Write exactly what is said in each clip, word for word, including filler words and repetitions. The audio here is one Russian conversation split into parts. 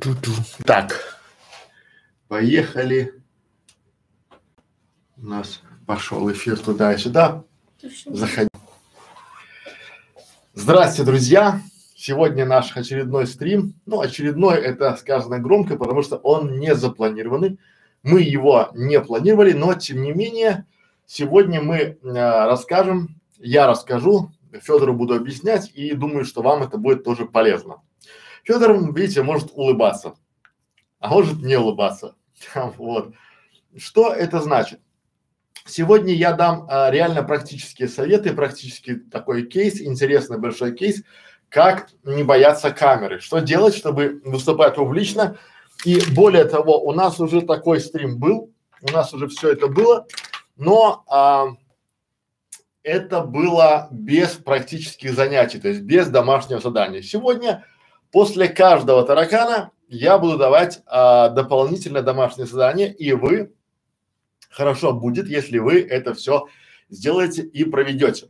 Ту-ту-ту. Так, поехали. У нас пошел эфир туда и сюда. Заходи. Здравствуйте, друзья! Сегодня наш очередной стрим. Ну, очередной это сказано громко, потому что он не запланированный. Мы его не планировали, но тем не менее сегодня мы а, расскажем, я расскажу, Федору буду объяснять и думаю, что вам это будет тоже полезно. Федор, видите, может улыбаться, а может не улыбаться. Вот. Что это значит? Сегодня я дам а, реально практические советы, практически такой кейс, интересный большой кейс, как не бояться камеры, что делать, чтобы выступать публично. И более того, у нас уже такой стрим был, у нас уже все это было, но а, это было без практических занятий, то есть без домашнего задания. Сегодня после каждого таракана я буду давать а, дополнительное домашнее задание, и вы хорошо будет, если вы это все сделаете и проведете.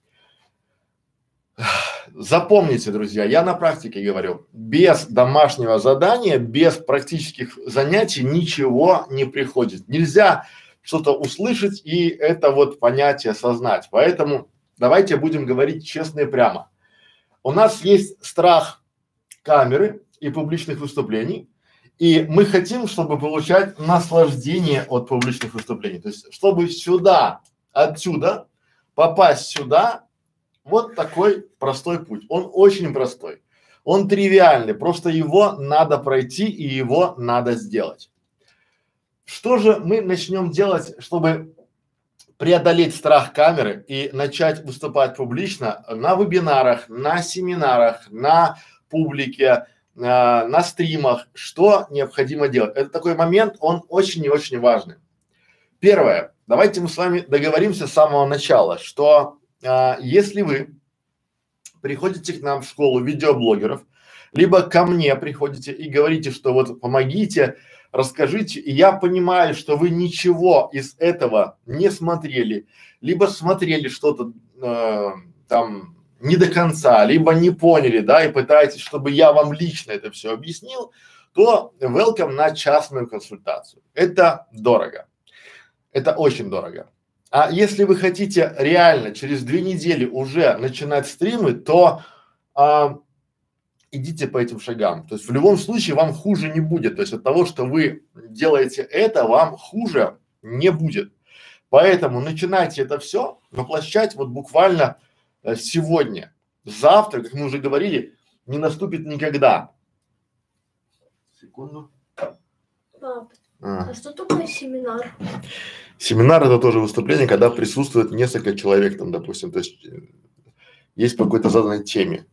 Запомните, друзья, я на практике говорю, без домашнего задания, без практических занятий ничего не приходит. Нельзя что-то услышать и это вот понятие осознать. Поэтому давайте будем говорить честно и прямо. У нас есть страх камеры и публичных выступлений, и мы хотим, чтобы получать наслаждение от публичных выступлений. То есть, чтобы сюда, отсюда попасть сюда. Вот такой простой путь. Он очень простой. Он тривиальный. Просто его надо пройти и его надо сделать. Что же мы начнем делать, чтобы преодолеть страх камеры и начать выступать публично на вебинарах, на семинарах, на публике, на, на стримах? Что необходимо делать? Это такой момент, он очень и очень важный. Первое. Давайте мы с вами договоримся с самого начала, что А, если вы приходите к нам в школу видеоблогеров, либо ко мне приходите и говорите, что вот помогите, расскажите, и я понимаю, что вы ничего из этого не смотрели, либо смотрели что-то э, там не до конца, либо не поняли, да, и пытаетесь, чтобы я вам лично это все объяснил, то welcome на частную консультацию. Это дорого, это очень дорого. А если вы хотите реально через две недели уже начинать стримы, то а, идите по этим шагам. То есть в любом случае вам хуже не будет. То есть от того, что вы делаете это, вам хуже не будет. Поэтому начинайте это все воплощать вот буквально э, сегодня. Завтра, как мы уже говорили, не наступит никогда. Секунду. Пап, А. а что такое семинар? Семинар это тоже выступление, когда присутствует несколько человек там, допустим, то есть э, есть по какой-то заданной теме.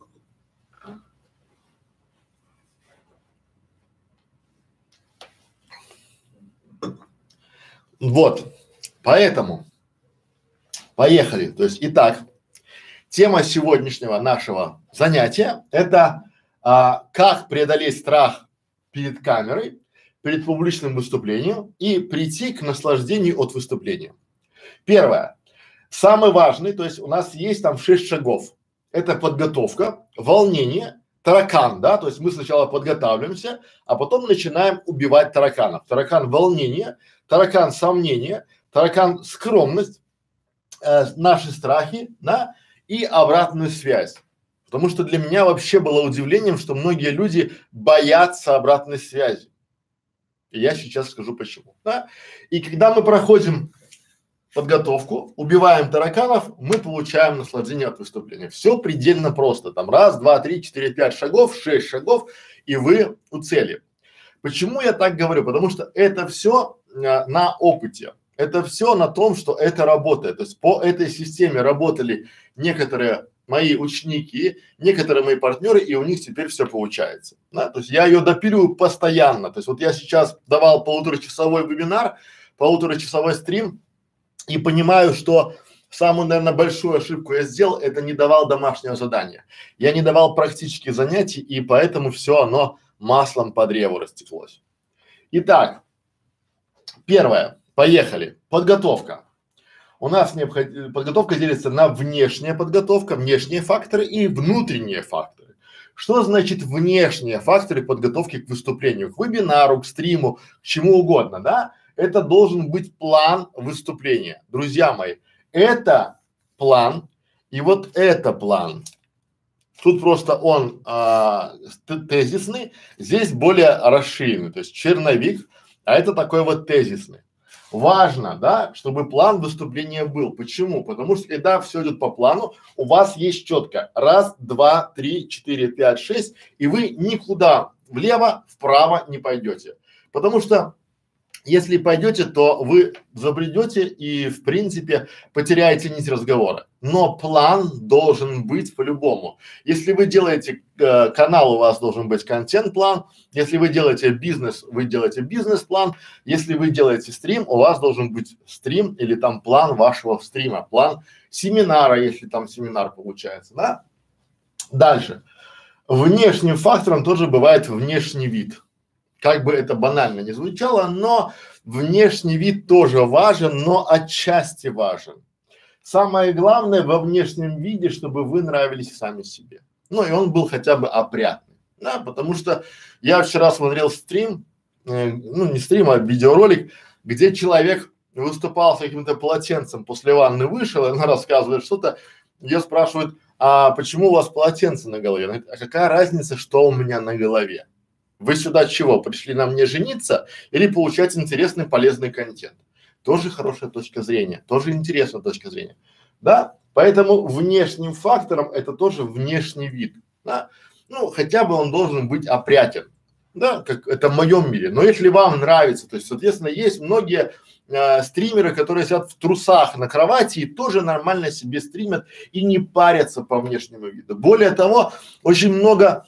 Вот, поэтому поехали. То есть, итак, тема сегодняшнего нашего занятия это а, как преодолеть страх перед камерой, перед публичным выступлением и прийти к наслаждению от выступления. Первое. Самый важный, то есть у нас есть там шесть шагов. Это подготовка, волнение, таракан, да, то есть мы сначала подготавливаемся, а потом начинаем убивать тараканов. Таракан волнение, таракан сомнение, таракан скромность, э, наши страхи, да, и обратную связь. Потому что для меня вообще было удивлением, что многие люди боятся обратной связи. И я сейчас скажу почему, да? И когда мы проходим подготовку, убиваем тараканов, мы получаем наслаждение от выступления. Все предельно просто. Там раз, два, три, четыре, пять шагов, шесть шагов, и вы у цели. Почему я так говорю? Потому что это все а, на опыте. Это все на том, что это работает. То есть по этой системе работали некоторые мои ученики, некоторые мои партнеры, и у них теперь все получается. Да? То есть я ее допиливаю постоянно. То есть вот я сейчас давал полуторачасовой вебинар, полуторачасовой стрим, и понимаю, что самую, наверное, большую ошибку я сделал, это не давал домашнего задания. Я не давал практических занятий, и поэтому все оно маслом по древу растеклось. Итак, первое. Поехали. Подготовка. У нас необход... подготовка делится на внешняя подготовка, внешние факторы и внутренние факторы. Что значит внешние факторы подготовки к выступлению, к вебинару, к стриму, к чему угодно, да? Это должен быть план выступления. Друзья мои, это план и вот это план. Тут просто он а, тезисный, здесь более расширенный, то есть черновик, а это такой вот тезисный. Важно, да, чтобы план выступления был. Почему? Потому что когда все идет по плану, у вас есть четко раз, два, три, четыре, пять, шесть, и вы никуда влево, вправо не пойдете. Потому что если пойдете, то вы забредете и в принципе потеряете нить разговора. Но план должен быть по-любому. Если вы делаете э, канал, у вас должен быть контент-план. Если вы делаете бизнес, вы делаете бизнес-план. Если вы делаете стрим, у вас должен быть стрим или там план вашего стрима, план семинара, если там семинар получается, да? Дальше. Внешним фактором тоже бывает внешний вид. Как бы это банально не звучало, но внешний вид тоже важен, но отчасти важен. Самое главное во внешнем виде, чтобы вы нравились сами себе. Ну и он был хотя бы опрятный, да, потому что я вчера смотрел стрим, э, ну не стрим, а видеоролик, где человек выступал с каким-то полотенцем, после ванны вышел, и она рассказывает что-то, ее спрашивают, а почему у вас полотенце на голове? Она говорит, а какая разница, что у меня на голове? Вы сюда чего? Пришли на мне жениться или получать интересный, полезный контент? Тоже хорошая точка зрения, тоже интересная точка зрения, да? Поэтому внешним фактором это тоже внешний вид, да? Ну, хотя бы он должен быть опрятен, да, как это в моем мире. Но если вам нравится, то есть, соответственно, есть многие э, стримеры, которые сидят в трусах на кровати и тоже нормально себе стримят и не парятся по внешнему виду. Более того, очень много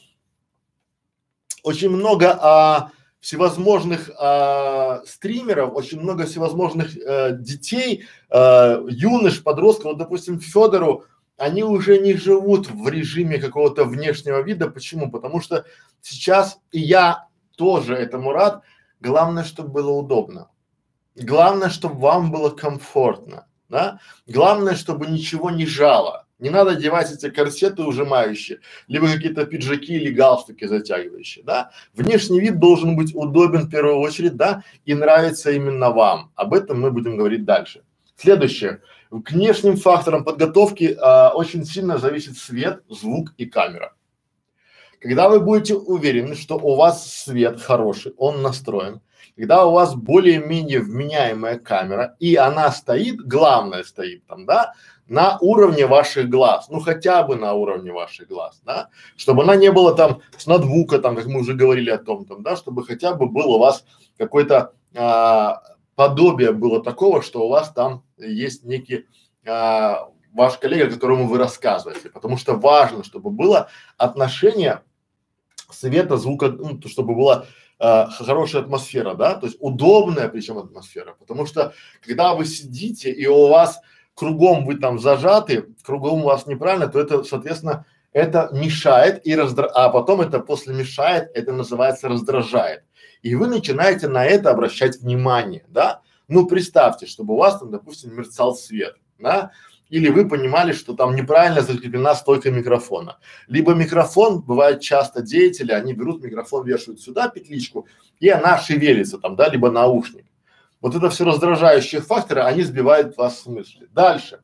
Очень много а, всевозможных а, стримеров, очень много всевозможных а, детей, а, юнош, подростков, вот, допустим, Федору, они уже не живут в режиме какого-то внешнего вида. Почему? Потому что сейчас, и я тоже этому рад, главное, чтобы было удобно. Главное, чтобы вам было комфортно, да? Главное, чтобы ничего не жало. Не надо одевать эти корсеты ужимающие, либо какие-то пиджаки или галстуки затягивающие, да. Внешний вид должен быть удобен в первую очередь, да, и нравится именно вам. Об этом мы будем говорить дальше. Следующее. К внешним факторам подготовки а, очень сильно зависит свет, звук и камера. Когда вы будете уверены, что у вас свет хороший, он настроен, когда у вас более-менее вменяемая камера и она стоит, главное стоит там, да, на уровне ваших глаз, ну хотя бы на уровне ваших глаз, да, чтобы она не была там с надвука, там, как мы уже говорили о том, там, да, чтобы хотя бы был у вас какой-то а, подобие было такого, что у вас там есть некий а, ваш коллега, которому вы рассказываете, потому что важно, чтобы было отношение света, звука, ну, чтобы была э, хорошая атмосфера, да, то есть удобная причем атмосфера, потому что когда вы сидите и у вас кругом вы там зажаты, кругом у вас неправильно, то это, соответственно, это мешает и раздра... а потом это после мешает, это называется раздражает. И вы начинаете на это обращать внимание, да. Ну представьте, чтобы у вас там, допустим, мерцал свет, да, или вы понимали, что там неправильно закреплена стойка микрофона. Либо микрофон, бывает часто деятели, они берут микрофон, вешают сюда петличку, и она шевелится там, да, либо наушник. Вот это все раздражающие факторы, они сбивают вас с мысли. Дальше.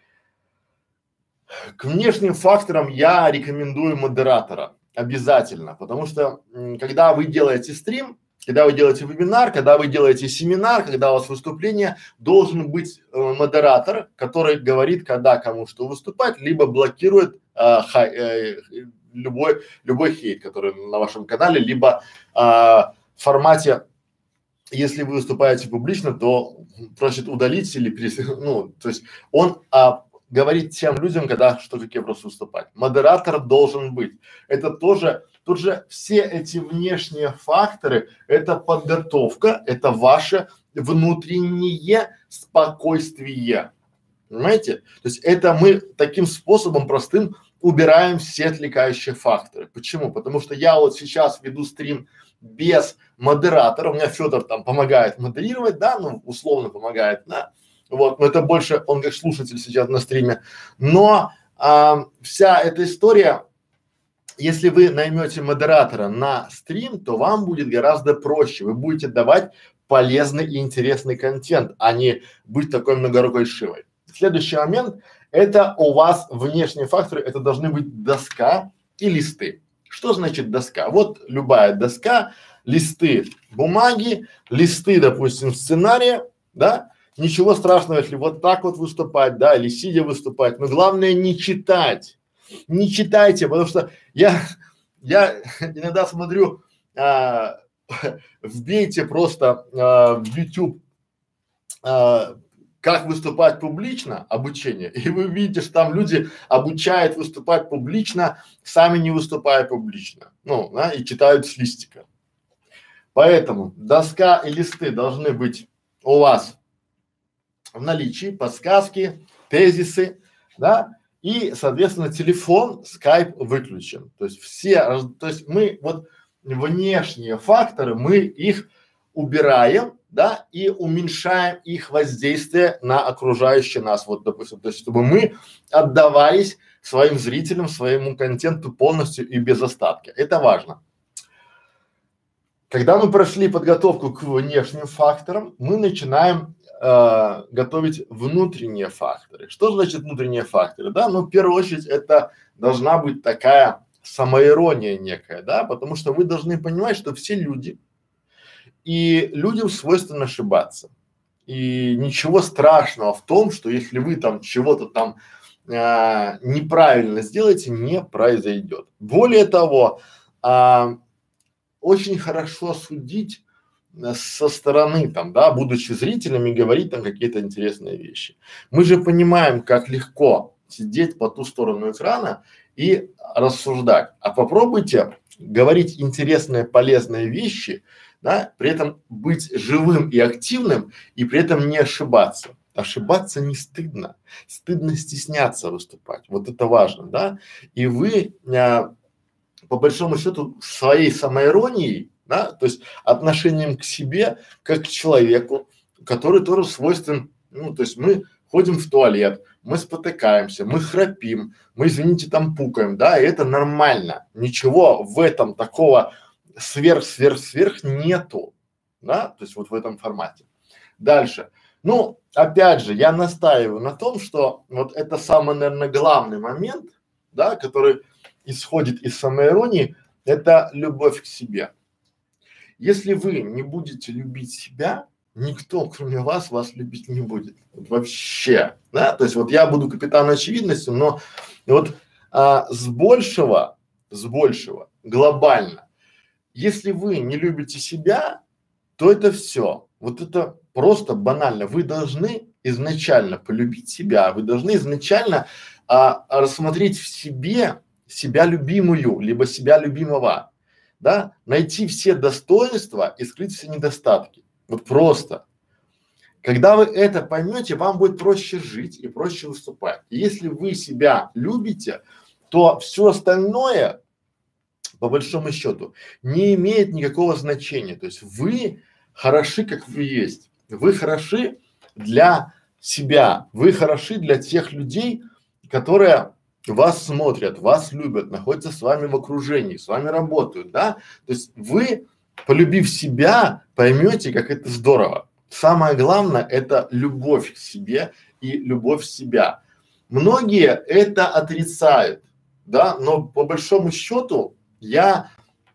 К внешним факторам я рекомендую модератора обязательно, потому что м, когда вы делаете стрим, когда вы делаете вебинар, когда вы делаете семинар, когда у вас выступление, должен быть э, модератор, который говорит, когда кому что выступать, либо блокирует э, хай, э, любой любой хейт, который на вашем канале, либо э, в формате, если вы выступаете публично, то просит удалить или перес... ну, то есть он а, говорит тем людям, когда что какие просто выступать. Модератор должен быть. Это тоже Тут же все эти внешние факторы – это подготовка, это ваше внутреннее спокойствие, понимаете? То есть это мы таким способом простым убираем все отвлекающие факторы. Почему? Потому что я вот сейчас веду стрим без модератора, у меня Федор там помогает модерировать, да, ну условно помогает, да, вот, но это больше он как слушатель сейчас на стриме, но а, вся эта история если вы наймете модератора на стрим, то вам будет гораздо проще. Вы будете давать полезный и интересный контент, а не быть такой многорукой Шивой. Следующий момент – это у вас внешние факторы, это должны быть доска и листы. Что значит доска? Вот любая доска, листы бумаги, листы, допустим, сценария, да? Ничего страшного, если вот так вот выступать, да, или сидя выступать, но главное не читать. Не читайте, потому что я, я иногда смотрю, а, вбейте просто а, в YouTube, а, как выступать публично, обучение, и вы видите, что там люди обучают выступать публично, сами не выступая публично, ну, да, и читают с листика. Поэтому доска и листы должны быть у вас в наличии, подсказки, тезисы, да, и, соответственно, телефон, скайп выключен. То есть все, то есть мы вот внешние факторы, мы их убираем, да, и уменьшаем их воздействие на окружающий нас, вот, допустим, то есть, чтобы мы отдавались своим зрителям, своему контенту полностью и без остатка. Это важно. Когда мы прошли подготовку к внешним факторам, мы начинаем э, готовить внутренние факторы. Что значит внутренние факторы? Да, ну, в первую очередь, это должна быть такая самоирония некая, да, потому что вы должны понимать, что все люди, и людям свойственно ошибаться. И ничего страшного в том, что если вы там чего-то там а, неправильно сделаете, не произойдет. Более того, а, очень хорошо судить а, со стороны там, да, будучи зрителями, говорить там какие-то интересные вещи. Мы же понимаем, как легко сидеть по ту сторону экрана и рассуждать. А попробуйте говорить интересные, полезные вещи, да, при этом быть живым и активным, и при этом не ошибаться. Ошибаться не стыдно, стыдно стесняться выступать, вот это важно, да. И вы, а, по большому счету, своей самоиронией, да, то есть отношением к себе, как к человеку, который тоже свойствен, ну, то есть мы ходим в туалет, мы спотыкаемся, мы храпим, мы, извините, там пукаем, да, и это нормально, ничего в этом такого сверх, сверх, сверх нету, да, то есть вот в этом формате. Дальше. Ну, опять же, я настаиваю на том, что вот это самый, наверное, главный момент, да, который исходит из самоиронии, это любовь к себе. Если вы не будете любить себя, никто, кроме вас, вас любить не будет. Вот вообще, да, то есть вот я буду капитаном очевидности, но вот а, с большего, с большего, глобально, если вы не любите себя, то это все. Вот это просто банально. Вы должны изначально полюбить себя, вы должны изначально а, рассмотреть в себе себя любимую, либо себя любимого, да, найти все достоинства и скрыть все недостатки. Вот просто. Когда вы это поймете, вам будет проще жить и проще выступать. И если вы себя любите, то все остальное, по большому счету, не имеет никакого значения. То есть вы хороши, как вы есть. Вы хороши для себя. Вы хороши для тех людей, которые вас смотрят, вас любят, находятся с вами в окружении, с вами работают, да. То есть вы, полюбив себя, поймете, как это здорово. Самое главное – это любовь к себе и любовь в себя. Многие это отрицают, да, но по большому счету я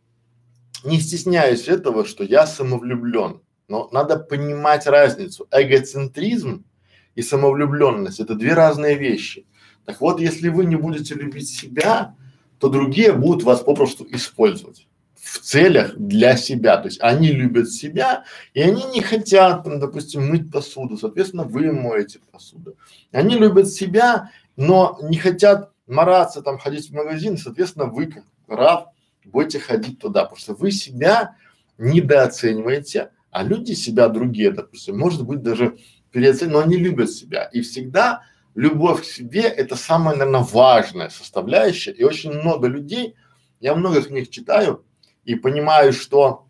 не стесняюсь этого, что я самовлюблен, но надо понимать разницу. Эгоцентризм и самовлюбленность – это две разные вещи. Так вот, если вы не будете любить себя, то другие будут вас попросту использовать в целях для себя. То есть они любят себя, и они не хотят, там, допустим, мыть посуду, соответственно, вы моете посуду. Они любят себя, но не хотят мараться, там, ходить в магазин, соответственно, вы, как раб, будете ходить туда, потому что вы себя недооцениваете, а люди себя другие, допустим, может быть, даже переоценивают, но они любят себя. И всегда любовь к себе – это самая, наверное, важная составляющая. И очень много людей, я много книг читаю и понимаю, что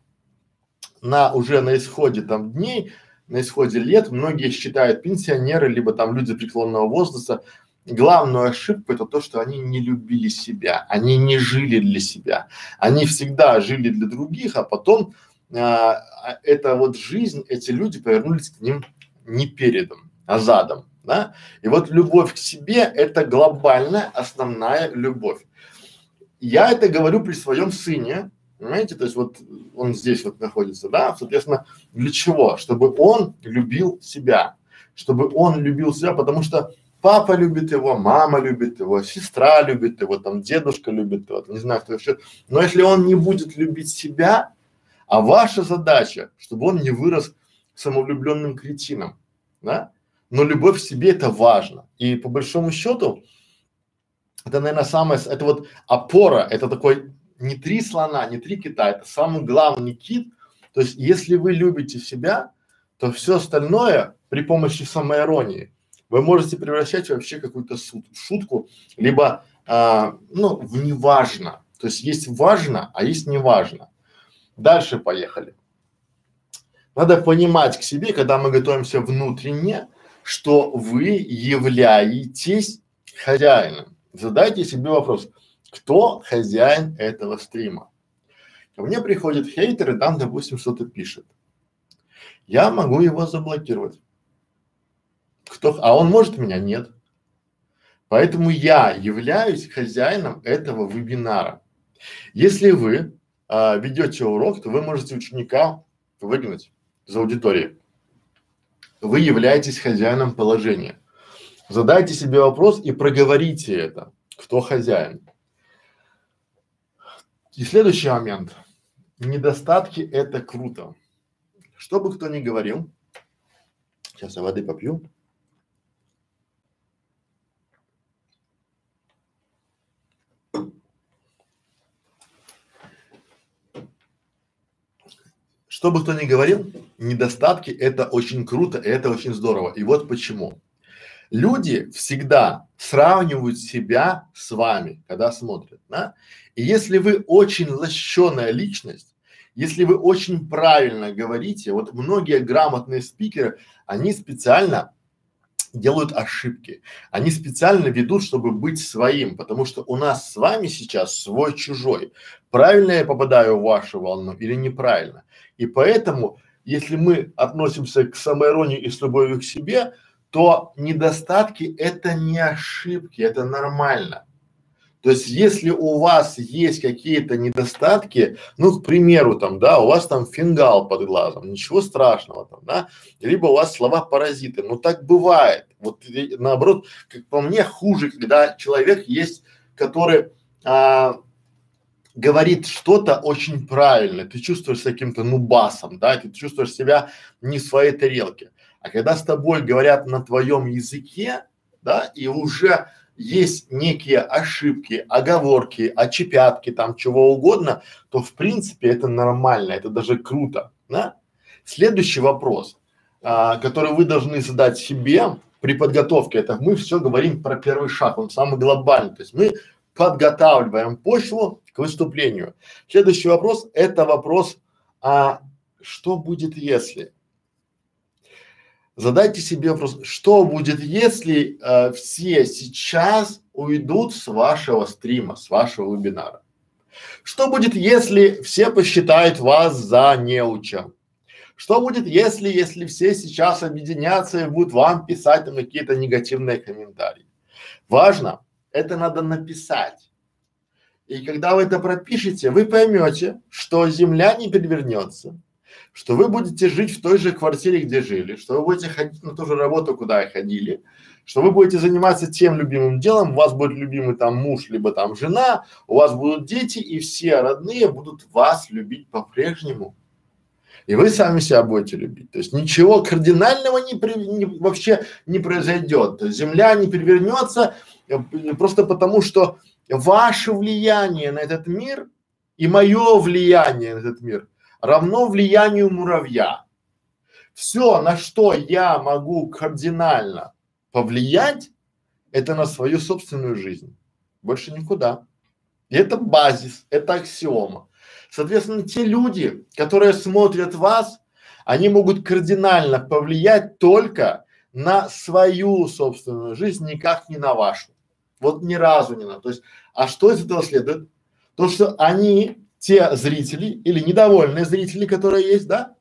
на уже на исходе там дней, на исходе лет многие считают, пенсионеры, либо там люди преклонного возраста, главную ошибку — это то, что они не любили себя, они не жили для себя, они всегда жили для других, а потом а, а, эта вот жизнь, эти люди повернулись к ним не передом, а задом, да. И вот любовь к себе — это глобальная основная любовь. Я это говорю при своем сыне, понимаете, то есть вот он здесь вот находится, да, соответственно, для чего? Чтобы он любил себя, чтобы он любил себя, потому что папа любит его, мама любит его, сестра любит его, там дедушка любит его, не знаю кто еще. Но если он не будет любить себя, а ваша задача, чтобы он не вырос самовлюбленным кретином, да? Но любовь к себе — это важно. И по большому счету, это, наверное, самое, это вот опора, это такой не три слона, не три кита, это самый главный кит. То есть, если вы любите себя, то все остальное при помощи самоиронии вы можете превращать вообще какую-то шутку, либо, а, ну, в неважно. То есть, есть важно, а есть неважно. Дальше поехали. Надо понимать к себе, когда мы готовимся внутренне, что вы являетесь хозяином. Задайте себе вопрос, кто хозяин этого стрима? Ко мне приходит хейтер и там, допустим, что-то пишет. Я могу его заблокировать. Кто, а он может меня? Нет. Поэтому я являюсь хозяином этого вебинара. Если вы а, ведете урок, то вы можете ученика выгнать из аудитории. Вы являетесь хозяином положения. Задайте себе вопрос и проговорите это. Кто хозяин? И следующий момент. Недостатки — это круто. Что бы кто ни говорил, сейчас я воды попью. Что бы кто ни говорил, недостатки — это очень круто, и это очень здорово. И вот почему. Люди всегда сравнивают себя с вами, когда смотрят, да? И если вы очень лощеная личность, если вы очень правильно говорите, вот многие грамотные спикеры, они специально делают ошибки, они специально ведут, чтобы быть своим, потому что у нас с вами сейчас свой-чужой. Правильно я попадаю в вашу волну или неправильно? И поэтому, если мы относимся к самоиронии и с любовью к себе, то недостатки — это не ошибки, это нормально. То есть, если у вас есть какие-то недостатки, ну, к примеру, там, да, у вас там фингал под глазом, ничего страшного там, да, либо у вас слова-паразиты, ну, так бывает. Вот и, наоборот, как по мне, хуже, когда человек есть, который а, говорит что-то очень правильно, ты чувствуешь себя каким-то нубасом, да, ты чувствуешь себя не в своей тарелке. А когда с тобой говорят на твоем языке, да, и уже есть некие ошибки, оговорки, очепятки, там чего угодно, то в принципе это нормально, это даже круто, да? Следующий вопрос, а, который вы должны задать себе при подготовке, это мы все говорим про первый шаг, он самый глобальный, то есть мы подготавливаем почву к выступлению. Следующий вопрос – это вопрос, а что будет если? Задайте себе вопрос, что будет, если э, все сейчас уйдут с вашего стрима, с вашего вебинара? Что будет, если все посчитают вас за неуча? Что будет, если, если все сейчас объединятся и будут вам писать там какие-то негативные комментарии? Важно, это надо написать. И когда вы это пропишете, вы поймете, что земля не перевернется, что вы будете жить в той же квартире, где жили, что вы будете ходить на ту же работу, куда и ходили, что вы будете заниматься тем любимым делом, у вас будет любимый там муж, либо там жена, у вас будут дети, и все родные будут вас любить по-прежнему. И вы сами себя будете любить. То есть ничего кардинального не, при, не вообще не произойдет. То есть земля не перевернется э, просто потому, что ваше влияние на этот мир и мое влияние на этот мир равно влиянию муравья. Все, на что я могу кардинально повлиять, это на свою собственную жизнь. Больше никуда. И это базис, это аксиома. Соответственно, те люди, которые смотрят вас, они могут кардинально повлиять только на свою собственную жизнь, никак не на вашу. Вот ни разу не на. То есть, а что из этого следует? То, что они, те зрители или недовольные зрители, которые есть, да,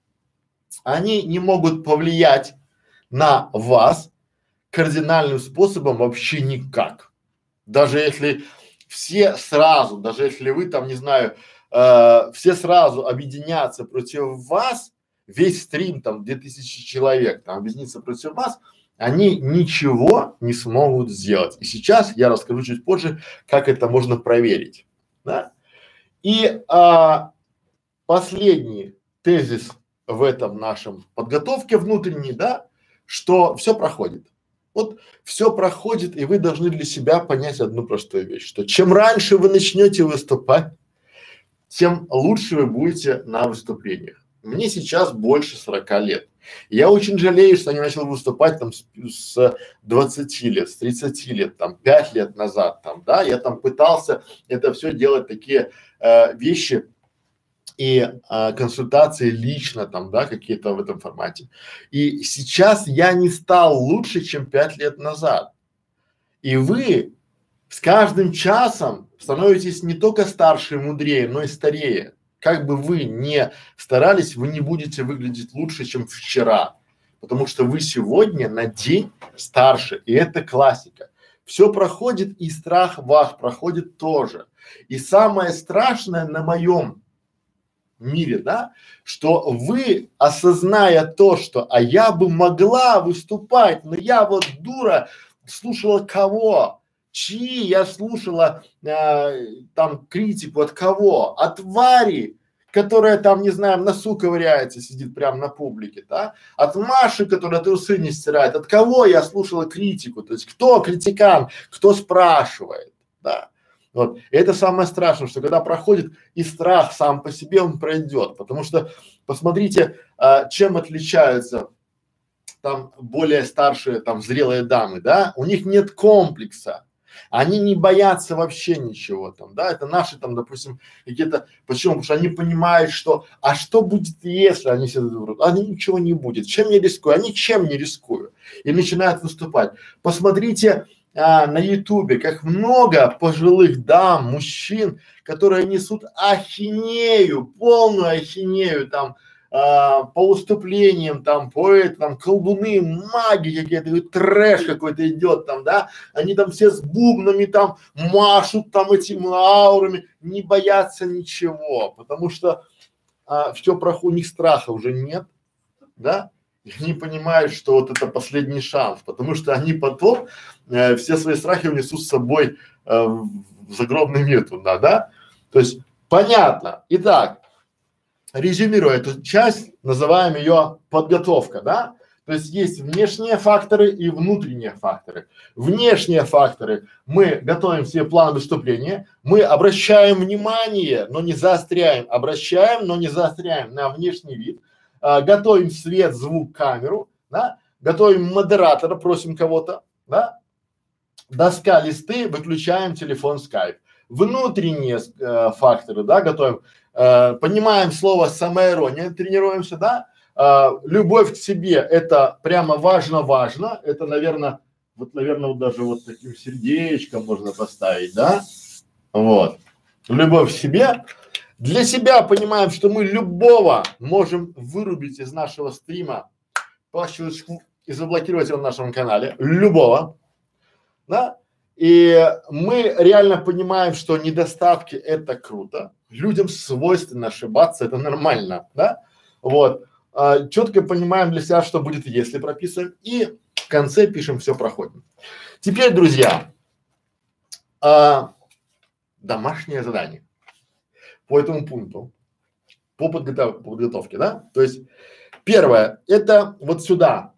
они не могут повлиять на вас кардинальным способом вообще никак. Даже если все сразу, даже если вы там, не знаю, э, все сразу объединятся против вас, весь стрим там две тысячи человек там объединится против вас, они ничего не смогут сделать. И сейчас я расскажу чуть позже, как это можно проверить, да. И а, последний тезис в этом нашем подготовке внутренней, да, что все проходит. Вот все проходит, и вы должны для себя понять одну простую вещь, что чем раньше вы начнете выступать, тем лучше вы будете на выступлениях. Мне сейчас больше сорока лет. Я очень жалею, что я не начал выступать там с, с двадцати лет, с тридцати лет, там пять лет назад, там, да, я там пытался это все делать, такие э, вещи и э, консультации лично там, да, какие-то в этом формате. И сейчас я не стал лучше, чем пять лет назад. И вы с каждым часом становитесь не только старше и мудрее, но и старее. Как бы вы ни старались, вы не будете выглядеть лучше, чем вчера, потому что вы сегодня на день старше, и это классика. Все проходит, и страх ваш проходит тоже. И самое страшное на моем мире, да, что вы, осозная то, что а я бы могла выступать, но я вот дура, слушала кого? Чьи я слушала э, там критику от кого? От Вари, которая там, не знаю, в носу ковыряется, сидит прямо на публике, да? От Маши, которая трусы не стирает. От кого я слушала критику? То есть кто критикан, кто спрашивает, да? Вот. И это самое страшное, что когда проходит и страх сам по себе, он пройдет. Потому что посмотрите, а, чем отличаются там более старшие, там зрелые дамы, да? У них нет комплекса. Они не боятся вообще ничего там, да, это наши там, допустим, какие-то, почему? Потому что они понимают, что, а что будет, если они все это врут? А ничего не будет, чем я рискую? А ничем не рискую. И начинают выступать. Посмотрите а, на ютубе, как много пожилых дам, мужчин, которые несут ахинею, полную ахинею там, а, по выступлениям там, по этому, колдуны, маги какие-то, трэш какой-то идет там, да, они там все с бубнами там машут там этими аурами, не боятся ничего, потому что а, все проходит, у них страха уже нет, да, и они понимают, что вот это последний шанс, потому что они потом э, все свои страхи унесут с собой э, в загробный мир туда, да, то есть понятно. Итак, резюмируя эту часть, называем ее подготовка, да? То есть есть внешние факторы и внутренние факторы. Внешние факторы – мы готовим себе план выступления, мы обращаем внимание, но не заостряем, обращаем, но не заостряем на внешний вид, а, готовим свет, звук, камеру, да? Готовим модератора, просим кого-то, да? Доска, листы, выключаем телефон, скайп. Внутренние э, факторы, да, готовим. Э, понимаем слово самоирония, тренируемся, да, э, любовь к себе, это прямо важно-важно, это, наверное, вот, наверное, вот даже вот таким сердечком можно поставить, да, вот, любовь к себе. Для себя понимаем, что мы любого можем вырубить из нашего стрима по щелчку и заблокировать его на нашем канале, любого, да. И мы реально понимаем, что недостатки – это круто, людям свойственно ошибаться, это нормально, да, вот, а, четко понимаем для себя, что будет, если прописываем, и в конце пишем, все проходим. Теперь, друзья, а, домашнее задание по этому пункту, по подготов подготовке, да, то есть первое – это вот сюда,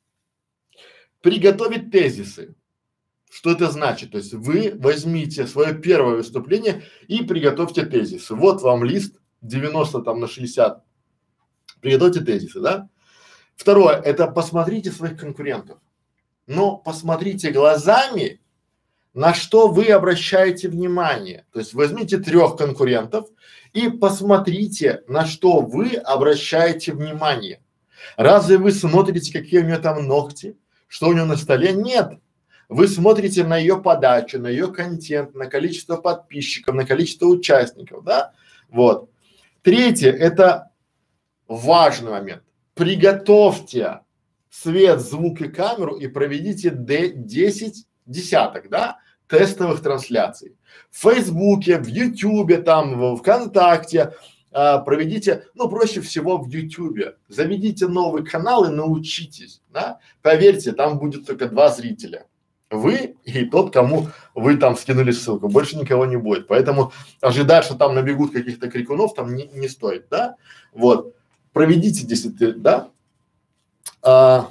приготовить тезисы. Что это значит? То есть вы возьмите свое первое выступление и приготовьте тезисы. Вот вам лист девяносто там на шестьдесят. Приготовьте тезисы, да? Второе, это посмотрите своих конкурентов. Но посмотрите глазами, на что вы обращаете внимание. То есть возьмите трех конкурентов и посмотрите, на что вы обращаете внимание. Разве вы смотрите, какие у него там ногти? что у нее на столе? Нет. Вы смотрите на ее подачу, на ее контент, на количество подписчиков, на количество участников, да? Вот. Третье – это важный момент. Приготовьте свет, звук и камеру и проведите десять десяток, да, тестовых трансляций. В Фейсбуке, в Ютубе, там, в ВКонтакте а, проведите, ну, проще всего в Ютубе. Заведите новый канал и научитесь, да. Поверьте, там будет только два зрителя. Вы и тот, кому вы там скинули ссылку. Больше никого не будет. Поэтому ожидать, что там набегут каких-то крикунов, там не, не стоит, да. Вот. Проведите десять, да. А,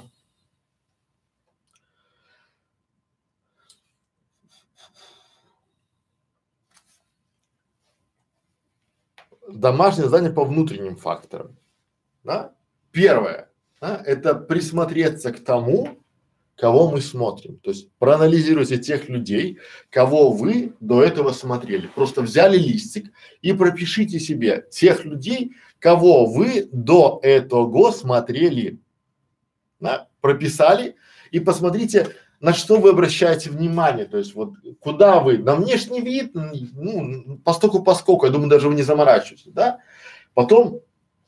домашнее задание по внутренним факторам, да? Первое, да, это присмотреться к тому, кого мы смотрим. То есть проанализируйте тех людей, кого вы до этого смотрели. Просто взяли листик и пропишите себе тех людей, кого вы до этого смотрели. Да? Прописали и посмотрите, на что вы обращаете внимание, то есть вот куда вы, на внешний вид, ну, постоку поскольку, я думаю, даже вы не заморачиваетесь, да? Потом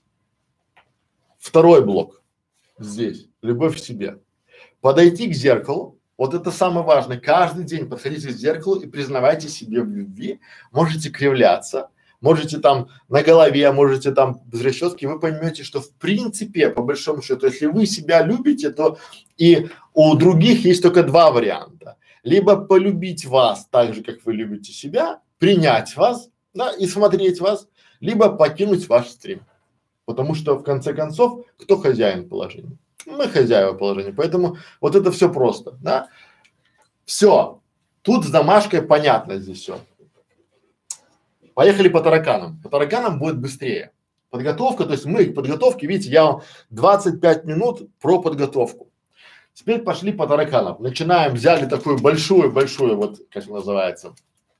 второй блок здесь, любовь к себе. Подойти к зеркалу, вот это самое важное, каждый день подходите к зеркалу и признавайте себе в любви, можете кривляться, можете там на голове, можете там без расчески, вы поймете, что в принципе, по большому счету, если вы себя любите, то и у других есть только два варианта. Либо полюбить вас так же, как вы любите себя, принять вас, да, и смотреть вас, либо покинуть ваш стрим. Потому что в конце концов, кто хозяин положения? Мы хозяева положения. Поэтому вот это все просто, да. Все. Тут с домашкой понятно здесь все. Поехали по тараканам. По тараканам будет быстрее. Подготовка, то есть мы к подготовке, видите, я вам двадцать пять минут про подготовку. Теперь пошли по тараканам. Начинаем, взяли такую большую-большую, вот как называется,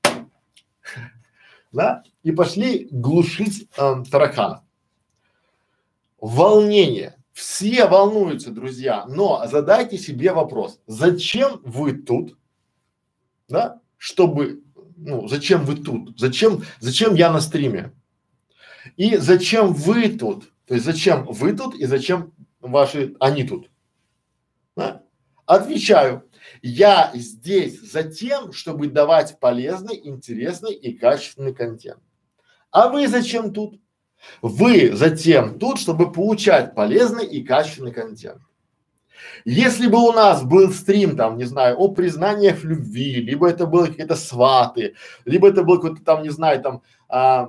да, и пошли глушить э, таракана. Волнение. Все волнуются, друзья, но задайте себе вопрос, зачем вы тут, да, чтобы, ну, зачем вы тут, зачем, зачем я на стриме и зачем вы тут, то есть зачем вы тут и зачем ваши, они тут, да? Отвечаю, я здесь за тем, чтобы давать полезный, интересный и качественный контент. А вы зачем тут? Вы затем тут, чтобы получать полезный и качественный контент. Если бы у нас был стрим там, не знаю, о признаниях в любви, либо это было какие-то сваты, либо это был какой-то там, не знаю, там а,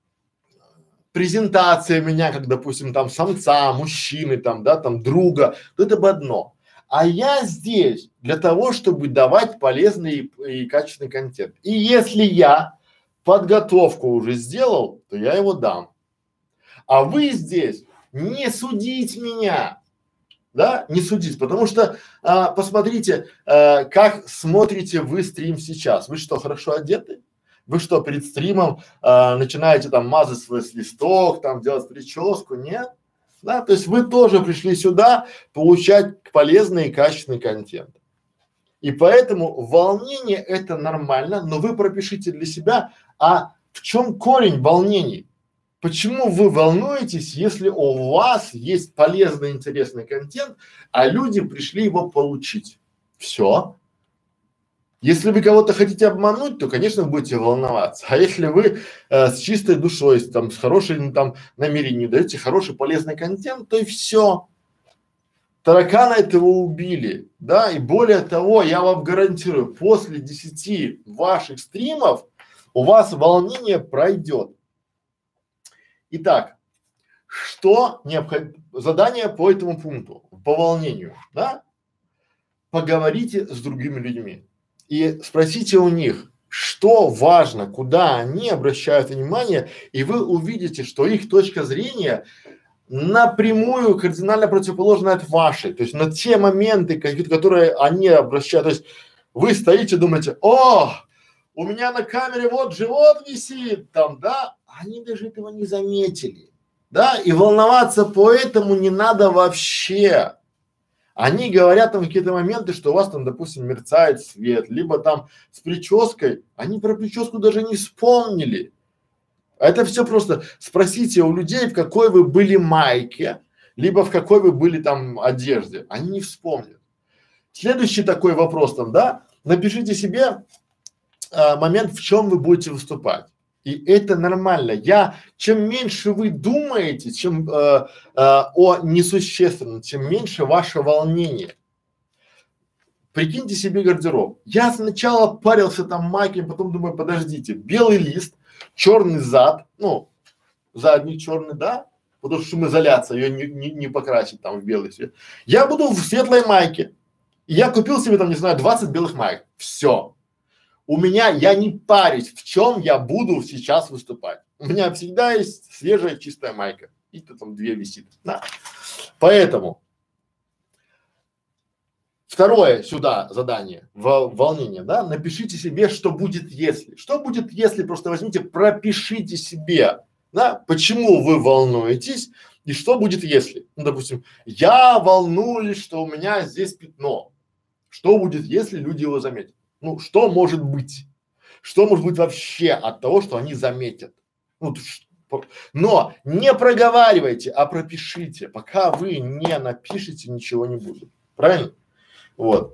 презентация меня, как, допустим, там самца, мужчины, там, да, там друга, то это бы одно. А я здесь для того, чтобы давать полезный и, и качественный контент. И если я подготовку уже сделал, то я его дам. А вы здесь не судить меня, да, не судить, потому что а, посмотрите, а, как смотрите вы стрим сейчас. Вы что, хорошо одеты? Вы что, перед стримом а, начинаете там мазать свой листок, там делать прическу? Нет? Да, то есть вы тоже пришли сюда получать полезный и качественный контент. И поэтому волнение это нормально, но вы пропишите для себя, а в чем корень волнений? Почему вы волнуетесь, если у вас есть полезный, интересный контент, а люди пришли его получить? Все. Если вы кого-то хотите обмануть, то, конечно, вы будете волноваться. А если вы э, с чистой душой, с, там, с хорошим там намерением даете хороший, полезный контент, то и все. Таракана этого убили, да, и более того, я вам гарантирую, после десяти ваших стримов у вас волнение пройдет. Итак, что необходимо, задание по этому пункту, по волнению, да? Поговорите с другими людьми и спросите у них, что важно, куда они обращают внимание, и вы увидите, что их точка зрения напрямую кардинально противоположна от вашей. То есть на те моменты, которые они обращают, то есть вы стоите, думаете, о, у меня на камере вот живот висит, там, да, они даже этого не заметили, да, и волноваться по этому не надо вообще. Они говорят там какие-то моменты, что у вас там, допустим, мерцает свет, либо там с прической, они про прическу даже не вспомнили. Это все просто спросите у людей, в какой вы были майке, либо в какой вы были там одежде. Они не вспомнят. Следующий такой вопрос там, да, напишите себе а, момент, в чем вы будете выступать. И это нормально. Я, чем меньше вы думаете, чем э, э, о несущественном, тем меньше ваше волнение. Прикиньте себе гардероб. Я сначала парился там майкой, потом думаю, подождите, белый лист, черный зад, ну, задний черный, да, потому что шумоизоляция, ее не, не, не покрасить там в белый цвет. Я буду в светлой майке. И я купил себе там, не знаю, двадцать белых майк. Все. У меня, я не парюсь, в чем я буду сейчас выступать. У меня всегда есть свежая чистая майка. И то там две висит. Да. Поэтому второе сюда задание, в, волнение, да, напишите себе, что будет если. Что будет если, просто возьмите, пропишите себе, да, почему вы волнуетесь и что будет если. Ну, допустим, я волнуюсь, что у меня здесь пятно. Что будет, если люди его заметят? Ну, что может быть? Что может быть вообще от того, что они заметят? Ну, но не проговаривайте, а пропишите. Пока вы не напишете, ничего не будет. Правильно? Вот.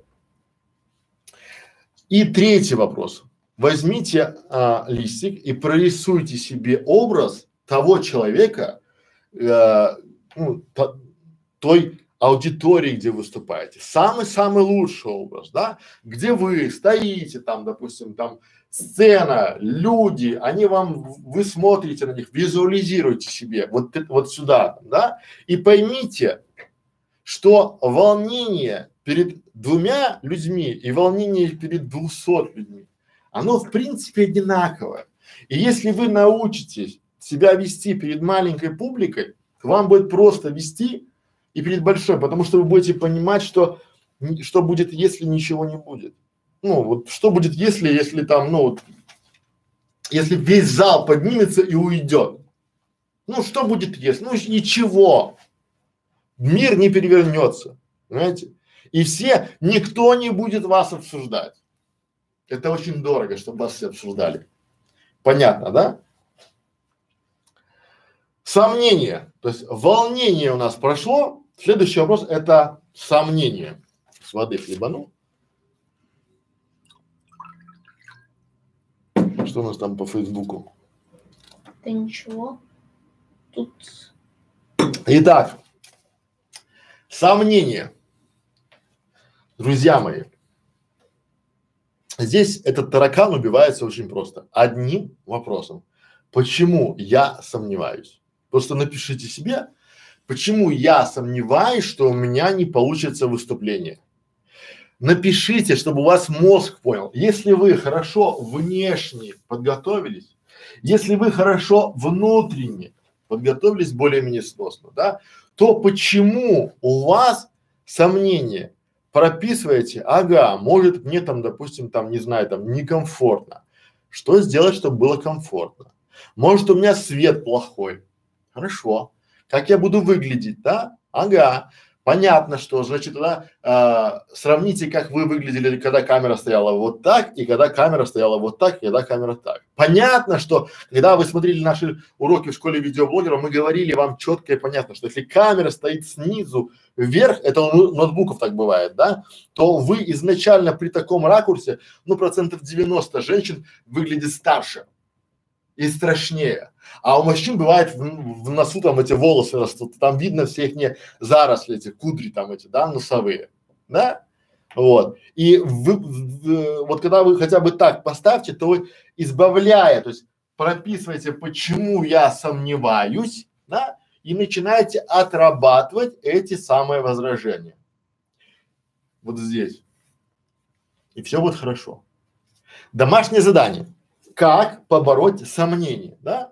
И третий вопрос. Возьмите а, листик и прорисуйте себе образ того человека, э, ну, то, той аудитории, где выступаете. Самый-самый лучший образ, да, где вы стоите там, допустим, там сцена, люди, они вам, вы смотрите на них, визуализируйте себе вот, вот сюда, да, и поймите, что волнение перед двумя людьми и волнение перед двумястами людьми, оно в принципе одинаковое. И если вы научитесь себя вести перед маленькой публикой, вам будет просто вести и перед большой, потому что вы будете понимать, что, что будет, если ничего не будет. Ну, вот что будет, если, если там, ну, вот, если весь зал поднимется и уйдет. Ну, что будет, если? Ну, ничего. Мир не перевернется, понимаете? И все, никто не будет вас обсуждать. Это очень дорого, чтобы вас все обсуждали. Понятно, да? Сомнение, то есть волнение у нас прошло. Следующий вопрос – это сомнение. С воды хлебану. Что у нас там по Фейсбуку? Да ничего. Тут. Итак, сомнение. Друзья мои, здесь этот таракан убивается очень просто. Одним вопросом. Почему я сомневаюсь? Просто напишите себе, почему я сомневаюсь, что у меня не получится выступление. Напишите, чтобы у вас мозг понял. Если вы хорошо внешне подготовились, если вы хорошо внутренне подготовились более-менее сносно, да, то почему у вас сомнения? Прописываете, ага, может мне там, допустим, там, не знаю, там некомфортно. Что сделать, чтобы было комфортно? Может у меня свет плохой. Хорошо. Как я буду выглядеть, да? Ага. Понятно, что, значит, тогда э, сравните, как вы выглядели, когда камера стояла вот так, и когда камера стояла вот так, и когда камера так. Понятно, что, когда вы смотрели наши уроки в школе видеоблогера, мы говорили вам четко и понятно, что если камера стоит снизу вверх, это у ноутбуков так бывает, да, то вы изначально при таком ракурсе, ну, процентов девяносто женщин выглядит старше и страшнее. А у мужчин бывает в, в носу там эти волосы растут, там видно все их не заросли, эти кудри там эти, да, носовые, да, вот. И вы, в, вот когда вы хотя бы так поставьте, то вы избавляя, то есть прописываете, почему я сомневаюсь, да, и начинаете отрабатывать эти самые возражения. Вот здесь. И все будет хорошо. Домашнее задание. Как побороть сомнения, да?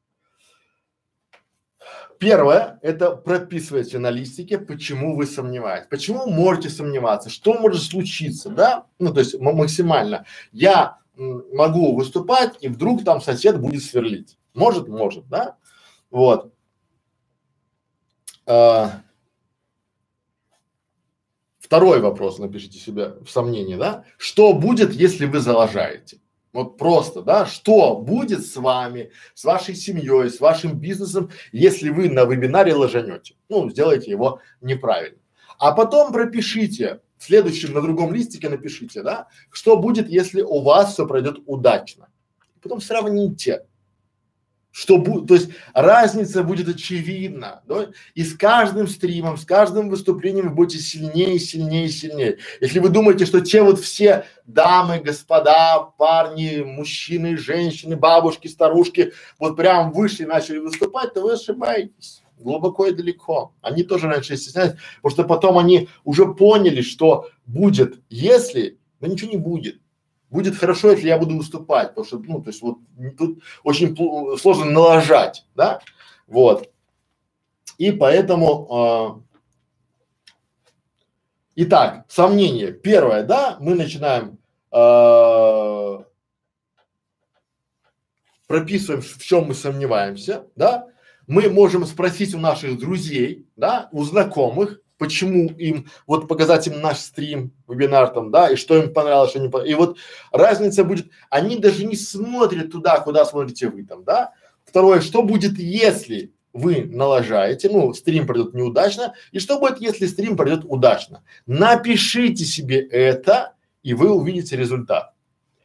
Первое – это прописывайте на листике, почему вы сомневаетесь, почему можете сомневаться, что может случиться, да? Ну, то есть максимально. Я м, могу выступать, и вдруг там сосед будет сверлить. Может, может, да? Вот. А, Второй вопрос напишите себе в сомнении, да? Что будет, если вы залажаете? Вот просто, да? Что будет с вами, с вашей семьей, с вашим бизнесом, если вы на вебинаре лажанете? Ну, сделайте его неправильно. А потом пропишите, в следующем, на другом листике напишите, да? Что будет, если у вас все пройдет удачно? Потом сравните. Что будет, то есть разница будет очевидна, да? И с каждым стримом, с каждым выступлением вы будете сильнее, сильнее, сильнее. Если вы думаете, что те вот все дамы, господа, парни, мужчины, женщины, бабушки, старушки вот прям вышли и начали выступать, то вы ошибаетесь глубоко и далеко. Они тоже раньше стеснялись, потому что потом они уже поняли, что будет, если, да ничего не будет. Будет хорошо, если я буду выступать, потому что, ну, то есть вот тут очень сложно налажать, да, вот. И поэтому, э, итак, сомнение. Первое, да, мы начинаем, э, прописываем, в чем мы сомневаемся, да. Мы можем спросить у наших друзей, да, у знакомых, почему им, вот показать им наш стрим, вебинар там, да, и что им понравилось, что не понравилось. И вот разница будет, они даже не смотрят туда, куда смотрите вы там, да. Второе, что будет, если вы налажаете, ну, стрим пройдет неудачно, и что будет, если стрим пройдет удачно. Напишите себе это, и вы увидите результат.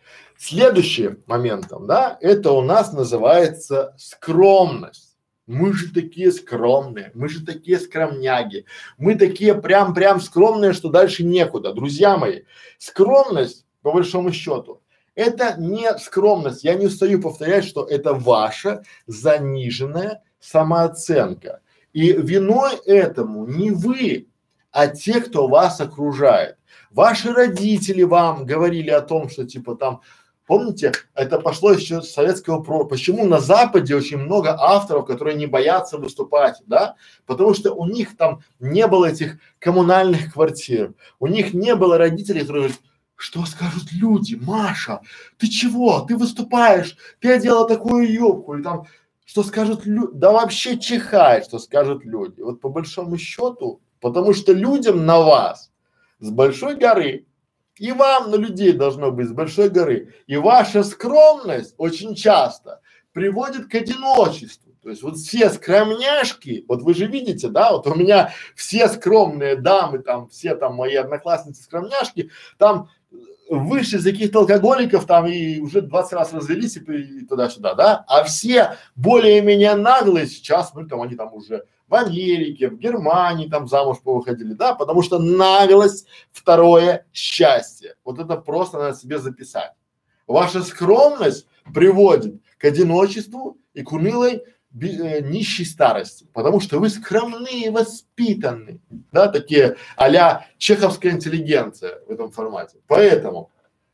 Следующий момент, там, да, это у нас называется скромность. Мы же такие скромные, мы же такие скромняги, мы такие прям-прям скромные, что дальше некуда. Друзья мои, скромность, по большому счету, это не скромность. Я не устаю повторять, что это ваша заниженная самооценка. И виной этому не вы, а те, кто вас окружает. Ваши родители вам говорили о том, что типа там, помните, это пошло еще с советского про. Почему на Западе очень много авторов, которые не боятся выступать, да? Потому что у них там не было этих коммунальных квартир, у них не было родителей, которые говорят, что скажут люди, Маша, ты чего, ты выступаешь, ты одела такую юбку, или там, что скажут люди, да вообще чихай, что скажут люди. Вот по большому счету, потому что людям на вас с большой горы, и вам на людей должно быть с большой горы. И ваша скромность очень часто приводит к одиночеству. То есть вот все скромняшки, вот вы же видите, да, вот у меня все скромные дамы, там все там мои одноклассницы скромняшки, там вышли из каких-то алкоголиков там и уже двадцать раз развелись и, и туда-сюда, да, а все более-менее наглые сейчас, ну там они там уже в Америке, в Германии там замуж повыходили, да, потому что наглость – второе счастье. Вот это просто надо себе записать. Ваша скромность приводит к одиночеству и к унылой э, нищей старости, потому что вы скромные, воспитанные, да, такие а-ля чеховская интеллигенция в этом формате. Поэтому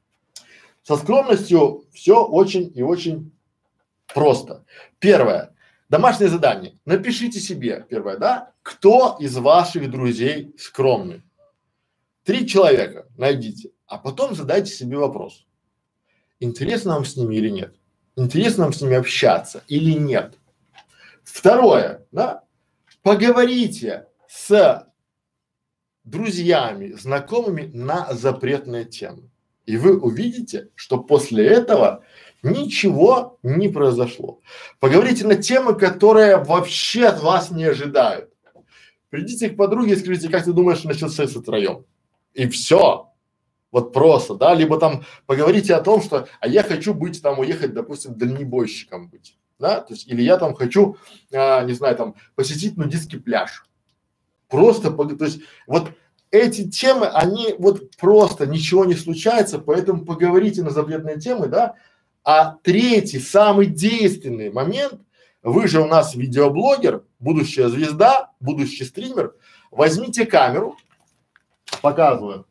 со скромностью все очень и очень просто. Первое. Домашнее задание. Напишите себе, первое, да, кто из ваших друзей скромный. Три человека найдите, а потом задайте себе вопрос. Интересно вам с ними или нет? Интересно вам с ними общаться или нет? Второе, да, поговорите с друзьями, знакомыми на запретные темы. И вы увидите, что после этого ничего не произошло. Поговорите на темы, которые вообще от вас не ожидают. Придите к подруге и скажите, как ты думаешь насчет секса втроем? И все. Вот просто, да, либо там поговорите о том, что, а я хочу быть там, уехать, допустим, дальнобойщиком быть, да, то есть, или я там хочу, а, не знаю, там, посетить нудистский пляж. Просто, то есть, вот эти темы, они вот просто ничего не случается, поэтому поговорите на запретные темы, да. А третий, самый действенный момент, вы же у нас видеоблогер, будущая звезда, будущий стример, возьмите камеру, показываю,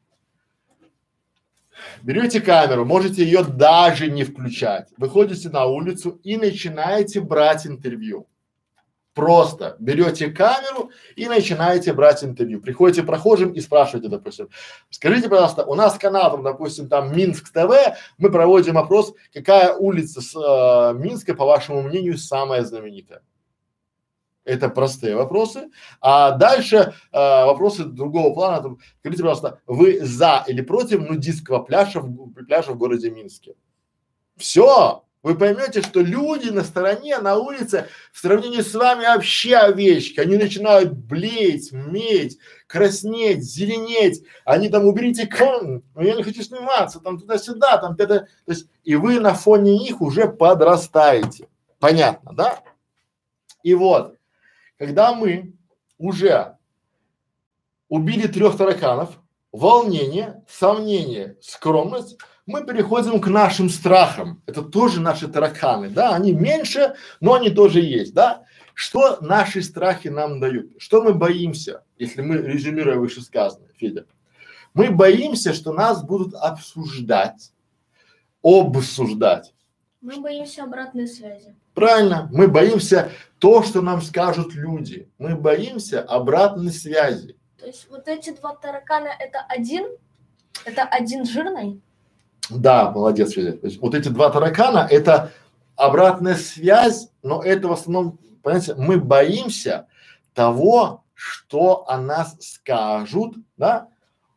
берете камеру, можете ее даже не включать, выходите на улицу и начинаете брать интервью. Просто берете камеру и начинаете брать интервью. Приходите прохожим и спрашиваете, допустим, скажите, пожалуйста, у нас канал, там, допустим, там Минск ТВ, мы проводим опрос, какая улица с э, Минска, по вашему мнению, самая знаменитая? Это простые вопросы. А дальше э, вопросы другого плана. Там, скажите, пожалуйста, вы за или против нудистского пляжа в, пляжа в городе Минске? Все. Вы поймете, что люди на стороне, на улице, в сравнении с вами вообще овечки. Они начинают блеять, медь, краснеть, зеленеть. Они там, уберите кран, ну я не хочу сниматься, там туда-сюда, там это. То есть, и вы на фоне них уже подрастаете. Понятно, да? И вот, когда мы уже убили трех тараканов, волнение, сомнение, скромность, мы переходим к нашим страхам. Это тоже наши тараканы, да, они меньше, но они тоже есть, да. Что наши страхи нам дают? Что мы боимся, если мы резюмируем вышесказанное, Федя? Мы боимся, что нас будут обсуждать, обсуждать. Мы боимся обратной связи. Правильно, мы боимся то, что нам скажут люди. Мы боимся обратной связи. То есть вот эти два таракана это один? Это один жирный? Да, молодец, Федя. То есть вот эти два таракана – это обратная связь, но это в основном, понимаете, мы боимся того, что о нас скажут, да,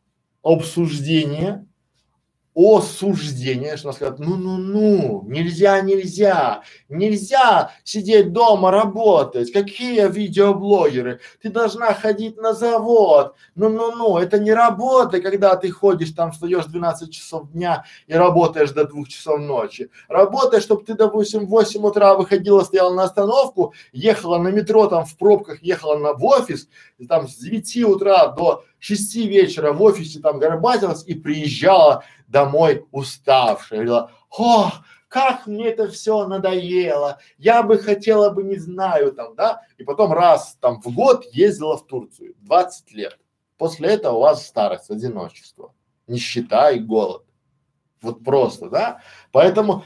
обсуждение, осуждение, что нас скажут, ну-ну-ну, нельзя, нельзя, нельзя сидеть дома работать, какие видеоблогеры, ты должна ходить на завод, ну-ну-ну, это не работа, когда ты ходишь там, встаешь в двенадцать часов дня и работаешь до двух часов ночи, работай, чтобы ты, допустим, в восемь утра выходила, стояла на остановку, ехала на метро там в пробках, ехала на, в офис, и там с девяти утра до шести вечера в офисе там горбатилась и приезжала домой уставшая, говорила, о, как мне это все надоело, я бы хотела бы, не знаю, там, да, и потом раз там в год ездила в Турцию, двадцать лет. После этого у вас старость, одиночество, нищета и голод. Вот просто, да. Поэтому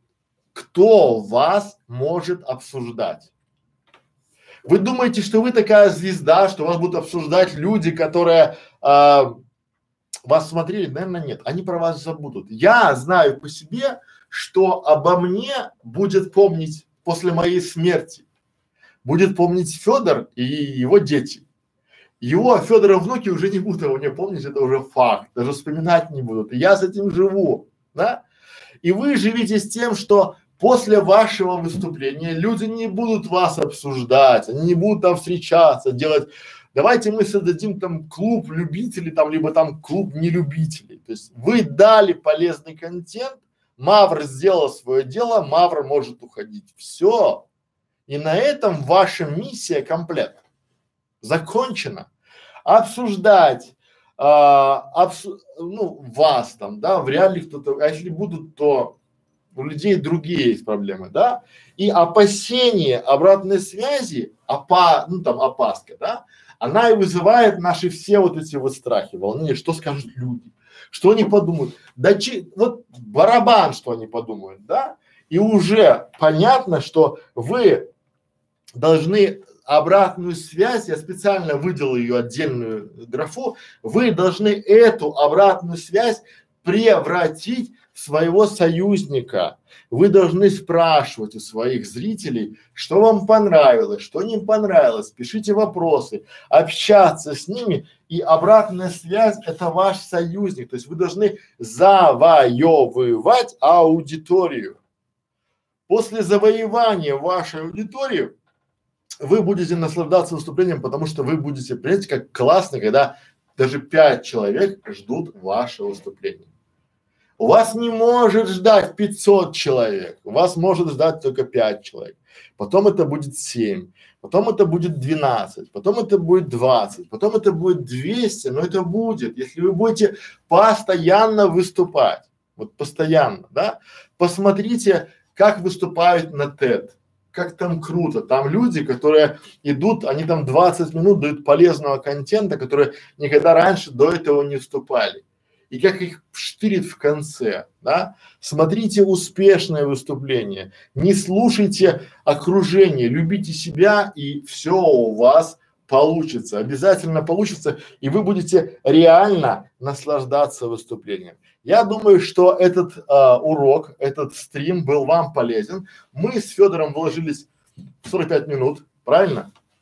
кто вас может обсуждать? Вы думаете, что вы такая звезда, что вас будут обсуждать люди, которые а, вас смотрели? Наверное, нет. Они про вас забудут. Я знаю по себе, что обо мне будет помнить после моей смерти. Будет помнить Федор и его дети. Его Федора внуки уже не будут его не помнить, это уже факт. Даже вспоминать не будут. И я с этим живу, да? И вы живите с тем, что после вашего выступления люди не будут вас обсуждать, они не будут там встречаться, делать. Давайте мы создадим там клуб любителей, там, либо там клуб нелюбителей. То есть вы дали полезный контент, Мавр сделал свое дело, Мавр может уходить. Все. И на этом ваша миссия комплект. Закончена. Обсуждать, а, обсу, ну, вас там, да, вряд ли кто-то, а если будут, то у людей другие есть проблемы, да, и опасение обратной связи, опа, ну там опаска, да, она и вызывает наши все вот эти вот страхи, волнения, что скажут люди, что они подумают, да че, вот барабан, что они подумают, да, и уже понятно, что вы должны обратную связь, я специально выделил ее отдельную графу, вы должны эту обратную связь превратить в своего союзника. Вы должны спрашивать у своих зрителей, что вам понравилось, что не понравилось, пишите вопросы, общаться с ними, и обратная связь – это ваш союзник, то есть вы должны завоевывать аудиторию. После завоевания вашей аудитории вы будете наслаждаться выступлением, потому что вы будете, понимаете, как классно, когда даже пять человек ждут ваше выступление. У вас не может ждать пятьсот человек, у вас может ждать только пять человек, потом это будет семь, потом это будет двенадцать, потом это будет двадцать, потом это будет двести, но это будет, если вы будете постоянно выступать, вот постоянно, да, посмотрите, как выступают на тед. Как там круто, там люди, которые идут, они там двадцать минут дают полезного контента, которые никогда раньше до этого не вступали. И как их штырит в конце, да? Смотрите успешное выступление, не слушайте окружение, любите себя, и все у вас получится, обязательно получится, и вы будете реально наслаждаться выступлением. Я думаю, что этот а, урок, этот стрим был вам полезен. Мы с Федором вложились сорок пять минут, правильно?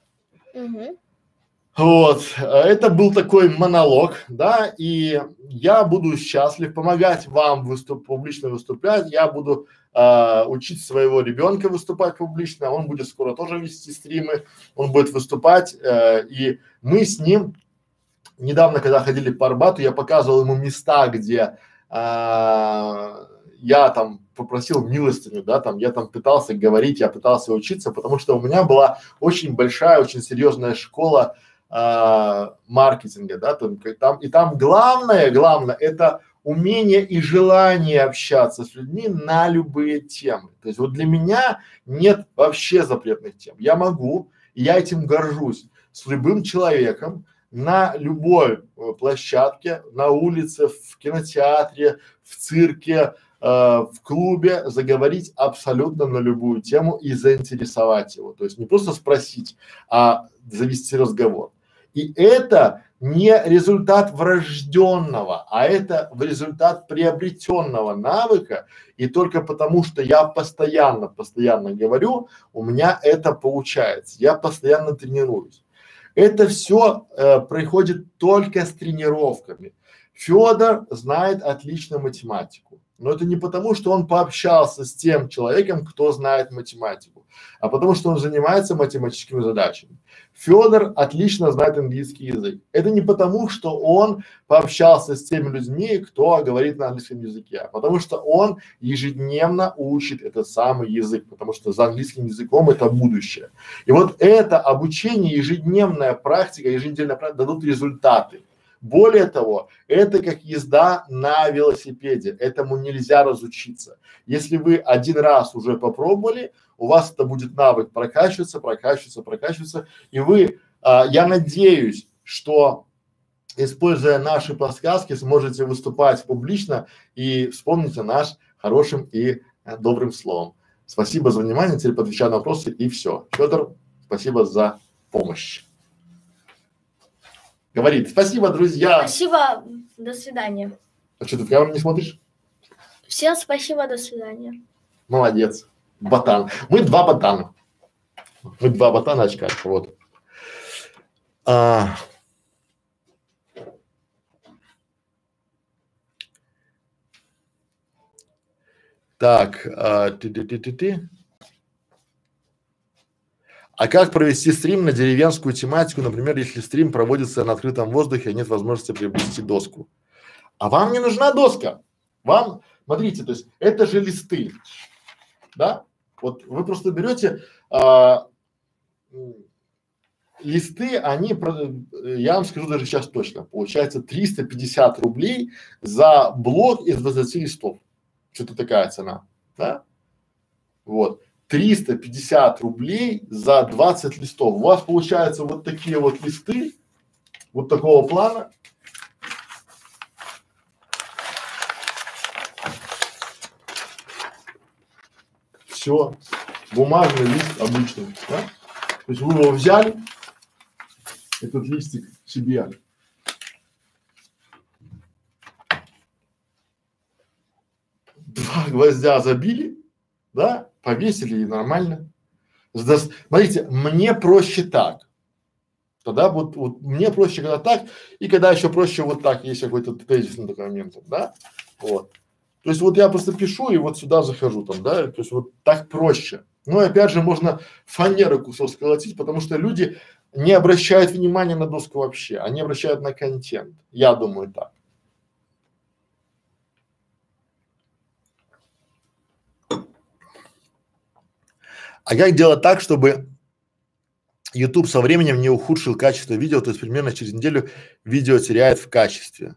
Мгм. Вот, это был такой монолог, да, и я буду счастлив помогать вам выступ, публично выступлять, я буду а, учить своего ребенка выступать публично, он будет скоро тоже вести стримы, он будет выступать, э, и мы с ним недавно, когда ходили по Арбату, я показывал ему места, где а, я там попросил милостыню, да, там я там пытался говорить, я пытался учиться, потому что у меня была очень большая, очень серьезная школа а, маркетинга, да, там, как там, и там главное, главное это умение и желание общаться с людьми на любые темы. То есть вот для меня нет вообще запретных тем. Я могу, и я этим горжусь, с любым человеком на любой э, площадке, на улице, в кинотеатре, в цирке, э, в клубе заговорить абсолютно на любую тему и заинтересовать его. То есть не просто спросить, а завести разговор. И это не результат врожденного, а это результат приобретенного навыка. И только потому, что я постоянно, постоянно говорю, у меня это получается. Я постоянно тренируюсь. Это все э, происходит только с тренировками. Федор знает отлично математику, но это не потому, что он пообщался с тем человеком, кто знает математику, а потому что он занимается математическими задачами. Федор отлично знает английский язык. Это не потому, что он пообщался с теми людьми, кто говорит на английском языке, а потому что он ежедневно учит этот самый язык, потому что за английским языком это будущее. И вот это обучение, ежедневная практика, еженедельная практика дадут результаты. Более того, это как езда на велосипеде, этому нельзя разучиться. Если вы один раз уже попробовали, у вас это будет навык прокачиваться, прокачиваться, прокачиваться, и вы, а, я надеюсь, что используя наши подсказки, сможете выступать публично и вспомните наш хорошим и э, добрым словом. Спасибо за внимание, теперь отвечаю на вопросы и все. Федор, спасибо за помощь. Говорит, спасибо, друзья. Спасибо, до свидания. А что, ты в камеру не смотришь? Всем спасибо, до свидания. Молодец. Ботан. Мы два ботана. Мы два ботана очкарика, вот. А... Так, а, ты-ты-ты-ты-ты. А как провести стрим на деревенскую тематику, например, если стрим проводится на открытом воздухе, а нет возможности приобрести доску? А вам не нужна доска. Вам, смотрите, то есть это же листы, да? Вот вы просто берете а, листы, они, я вам скажу даже сейчас точно, получается триста пятьдесят рублей за блок из двадцати листов. Что-то такая цена, да? Вот. триста пятьдесят рублей за двадцать листов. У вас получается вот такие вот листы, вот такого плана. Все, бумажный лист обычный, да? То есть вы его взяли, этот листик себе, два гвоздя забили, да, повесили и нормально. Смотрите, мне проще так. Тогда вот, вот мне проще когда так, и когда еще проще вот так, есть какой-то тезисный такой момент, да, вот. То есть вот я просто пишу и вот сюда захожу там, да, то есть вот так проще. Ну и опять же можно фанеры кусок сколотить, потому что люди не обращают внимания на доску вообще, они обращают на контент. Я думаю так. А как делать так, чтобы YouTube со временем не ухудшил качество видео, то есть примерно через неделю видео теряет в качестве?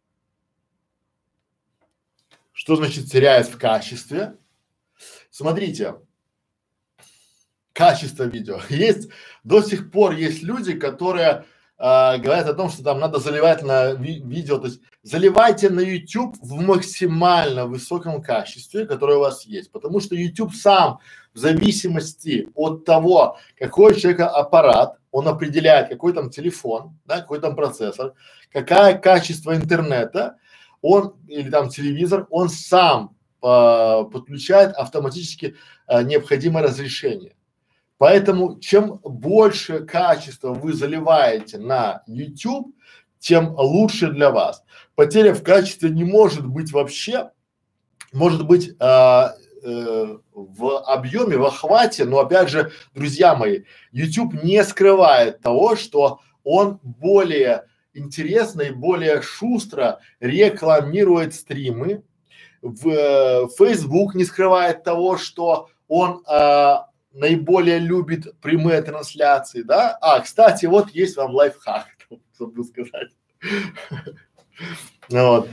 Что значит теряет в качестве? Смотрите, качество видео. Есть, до сих пор есть люди, которые а, говорят о том, что там надо заливать на ви видео, то есть заливайте на YouTube в максимально высоком качестве, которое у вас есть, потому что YouTube сам в зависимости от того, какой у человека аппарат, он определяет, какой там телефон, да, какой там процессор, какое качество интернета, он или там телевизор, он сам а, подключает автоматически а, необходимое разрешение. Поэтому чем больше качества вы заливаете на YouTube, тем лучше для вас. Потеря в качестве не может быть вообще, может быть а, э, в объеме, в охвате, но опять же, друзья мои, YouTube не скрывает того, что он более интересно и более шустро рекламирует стримы. В, э, Facebook не скрывает того, что он а, наиболее любит прямые трансляции, да? А, кстати, вот есть вам лайфхак, забыл сказать. Вот.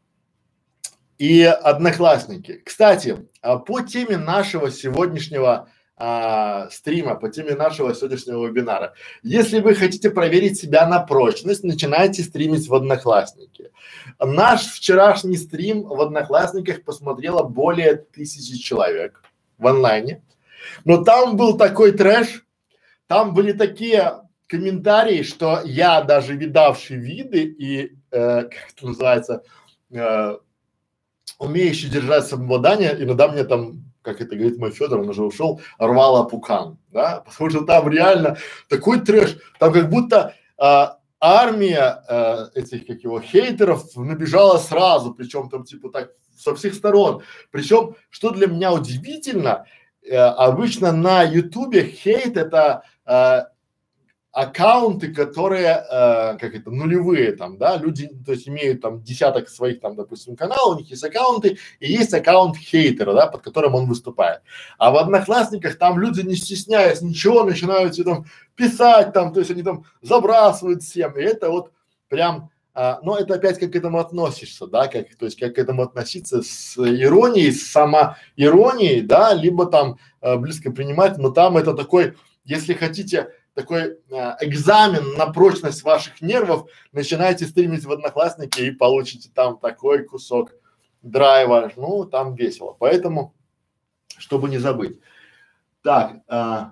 И Одноклассники. Кстати, а, по теме нашего сегодняшнего а, стрима, по теме нашего сегодняшнего вебинара. Если вы хотите проверить себя на прочность, начинайте стримить в Одноклассники. Наш вчерашний стрим в Одноклассниках посмотрело более тысячи человек в онлайне. Но там был такой трэш, там были такие комментарии, что я, даже видавший виды и, э, как это называется, э, умеющий держать самообладание, иногда мне там, как это говорит мой Федор, он уже ушел, рвало пукан, да, потому что там реально такой трэш, там как будто а, армия а, этих, как его, хейтеров набежала сразу, причем там типа так со всех сторон, причем, что для меня удивительно, э, обычно на Ютубе хейт это э, аккаунты, которые, э, как это, нулевые там, да, люди, то есть имеют там десяток своих там, допустим, каналов, у них есть аккаунты и есть аккаунт хейтера, да, под которым он выступает. А в Одноклассниках там люди, не стесняясь ничего, начинают все там писать там, то есть они там забрасывают всем, и это вот прям, а, но это опять как к этому относишься, да, как, то есть как к этому относиться с иронией, с самоиронией, да, либо там а, близко принимать, но там это такой, если хотите, такой а, экзамен на прочность ваших нервов, начинайте стримить в Одноклассники и получите там такой кусок драйва, ну там весело, поэтому, чтобы не забыть. Так, а,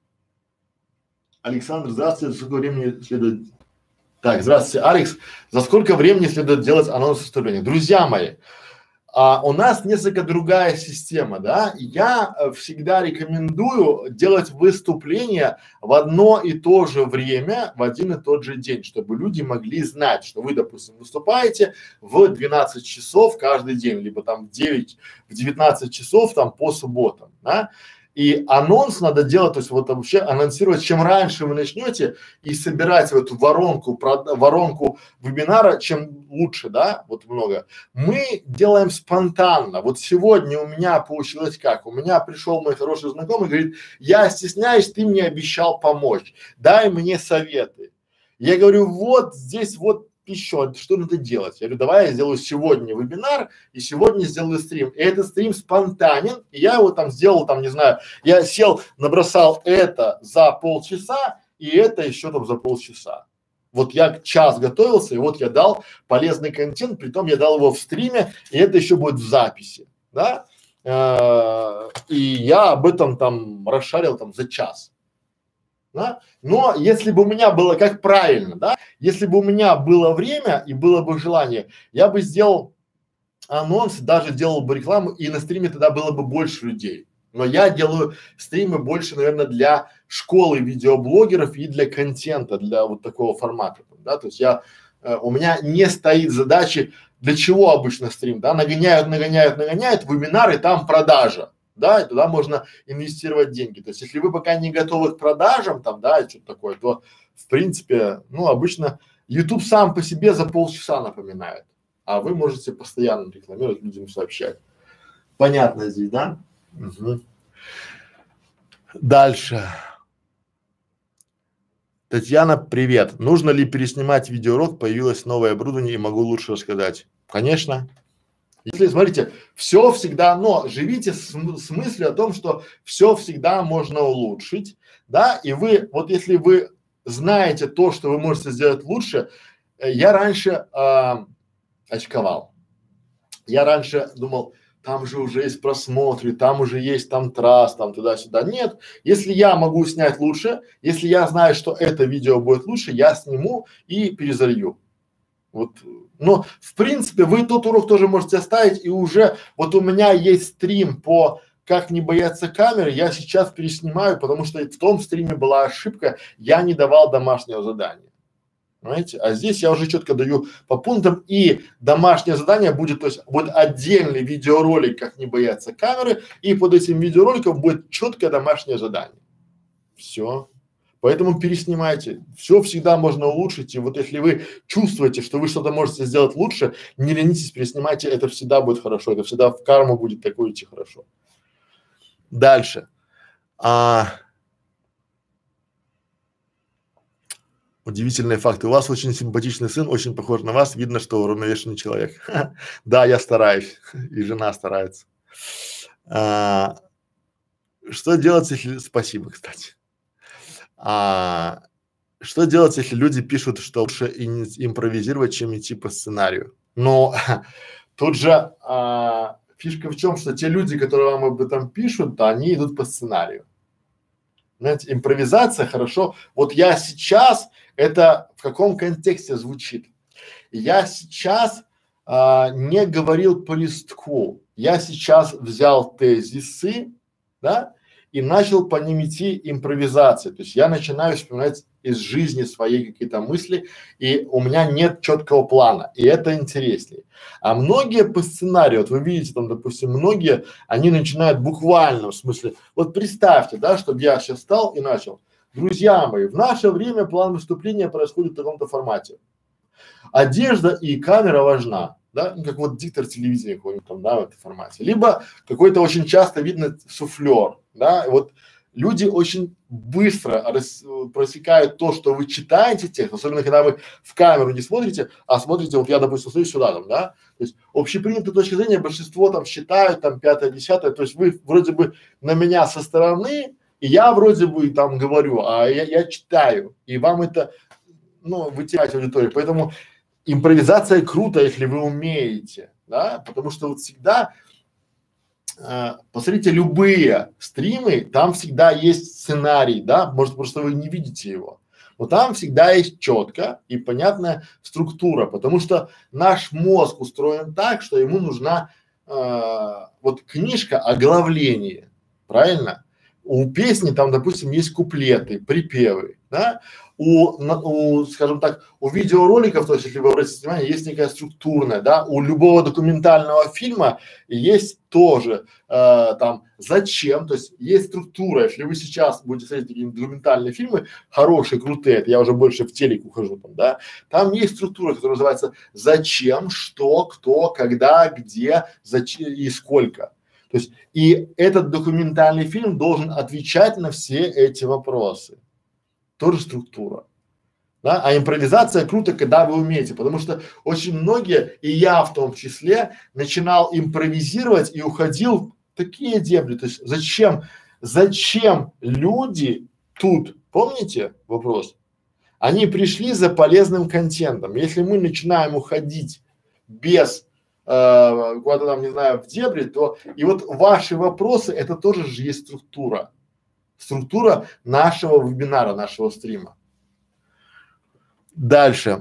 Александр, здравствуйте, за сколько времени следует… Так, здравствуйте, Алекс, за сколько времени следует делать анонс выступления? Друзья мои, а, у нас несколько другая система, да, я э, всегда рекомендую делать выступления в одно и то же время, в один и тот же день, чтобы люди могли знать, что вы, допустим, выступаете в двенадцать часов каждый день, либо там в девять, в девятнадцать часов там по субботам, да. И анонс надо делать, то есть вот вообще анонсировать, чем раньше вы начнете и собирать в эту воронку, про, воронку вебинара, чем лучше, да, вот много. Мы делаем спонтанно. Вот сегодня у меня получилось как? У меня пришел мой хороший знакомый, говорит, я стесняюсь, ты мне обещал помочь, дай мне советы. Я говорю, вот здесь вот еще, что надо делать? Я говорю, давай я сделаю сегодня вебинар и сегодня сделаю стрим. И этот стрим спонтанен, и я его там сделал, там, не знаю, я сел, набросал это за полчаса и это еще там за полчаса. Вот я час готовился, и вот я дал полезный контент, притом я дал его в стриме, и это еще будет в записи, да? Э-э- и я об этом там расшарил там за час. Да? Но если бы у меня было как правильно, да, если бы у меня было время и было бы желание, я бы сделал анонс, даже делал бы рекламу, и на стриме тогда было бы больше людей. Но я делаю стримы больше, наверное, для школы видеоблогеров и для контента, для вот такого формата, да, то есть я, э, у меня не стоит задачи, для чего обычно стрим, да, нагоняют, нагоняют, нагоняют, вебинары, там продажа. Да, и туда можно инвестировать деньги. То есть, если вы пока не готовы к продажам, там, да, и что-то такое, то, в принципе, ну, обычно YouTube сам по себе за полчаса напоминает, а вы можете постоянно рекламировать, людям сообщать. Понятно здесь, да? Угу. Дальше. Татьяна, привет. Нужно ли переснимать видеоурок? Появилось новое оборудование и могу лучше рассказать. Конечно. Если, смотрите, все всегда, но живите с, с мыслью о том, что все всегда можно улучшить, да, и вы, вот если вы знаете то, что вы можете сделать лучше, э, я раньше э, очковал, я раньше думал, там же уже есть просмотры, там уже есть там трасс, там туда-сюда. Нет, если я могу снять лучше, если я знаю, что это видео будет лучше, я сниму и перезалью. Вот, но в принципе вы тот урок тоже можете оставить, и уже вот у меня есть стрим по как не бояться камеры, я сейчас переснимаю, потому что в том стриме была ошибка, я не давал домашнего задания. Понимаете? А здесь я уже четко даю по пунктам, и домашнее задание будет, то есть будет отдельный видеоролик, как не бояться камеры, и под этим видеороликом будет четкое домашнее задание. Все. Поэтому переснимайте. Все всегда можно улучшить. И вот если вы чувствуете, что вы что-то можете сделать лучше, не ленитесь, переснимайте, это всегда будет хорошо, это всегда в карму будет такое идти хорошо. Дальше. А... Удивительные факты. У вас очень симпатичный сын, очень похож на вас. Видно, что уравновешенный человек. Да, я стараюсь. И жена старается. А, что делать, если… Спасибо, кстати. А, что делать, если люди пишут, что лучше импровизировать, чем идти по сценарию? Но тут же а, фишка в чем, что те люди, которые вам об этом пишут, да, они идут по сценарию. Знаете, импровизация хорошо. Вот я сейчас, это в каком контексте звучит? Я сейчас а, не говорил по листку. Я сейчас взял тезисы, да, и начал по ним идти импровизации. То есть я начинаю вспоминать из жизни своей какие-то мысли, и у меня нет четкого плана, и это интереснее. А многие по сценарию, вот вы видите там, допустим, многие, они начинают буквально, в смысле, вот представьте, да, чтобы я сейчас встал и начал. Друзья мои, в наше время план выступления происходит в таком-то формате. Одежда и камера важна, да, ну, как вот диктор телевидения какой-нибудь там, да, в этом формате. Либо какой-то очень часто видно суфлер, да, вот люди очень быстро рас, просекают то, что вы читаете текст, особенно когда вы в камеру не смотрите, а смотрите, вот я, допустим, смотрю сюда там, да, то есть общепринятой точки зрения большинство там считают там пятое, десятое, то есть вы вроде бы на меня со стороны, и я вроде бы там говорю, а я, я читаю, и вам это, ну, вы теряете аудиторию, поэтому импровизация круто, если вы умеете, да, потому что вот всегда Uh, посмотрите любые стримы, там всегда есть сценарий, да, может просто вы не видите его, но там всегда есть четко и понятная структура, потому что наш мозг устроен так, что ему нужна uh, вот книжка оглавление, правильно? У песни там, допустим, есть куплеты, припевы, да? У, на, у, скажем так, у видеороликов, то есть, если вы обратите внимание, есть некая структурная, да, у любого документального фильма есть тоже э, там зачем, то есть есть структура. Если вы сейчас будете смотреть какие-нибудь документальные фильмы, хорошие, крутые, это я уже больше в телек ухожу там, да, там есть структура, которая называется зачем, что, кто, когда, где, зачем и сколько. То есть и этот документальный фильм должен отвечать на все эти вопросы. Тоже структура, да, а импровизация круто, когда вы умеете, потому что очень многие, и я в том числе, начинал импровизировать и уходил в такие дебри, то есть зачем, зачем люди тут, помните вопрос? Они пришли за полезным контентом, если мы начинаем уходить без э, куда-то там, не знаю, в дебри, то и вот ваши вопросы, это тоже же есть структура. Структура нашего вебинара, нашего стрима. Дальше.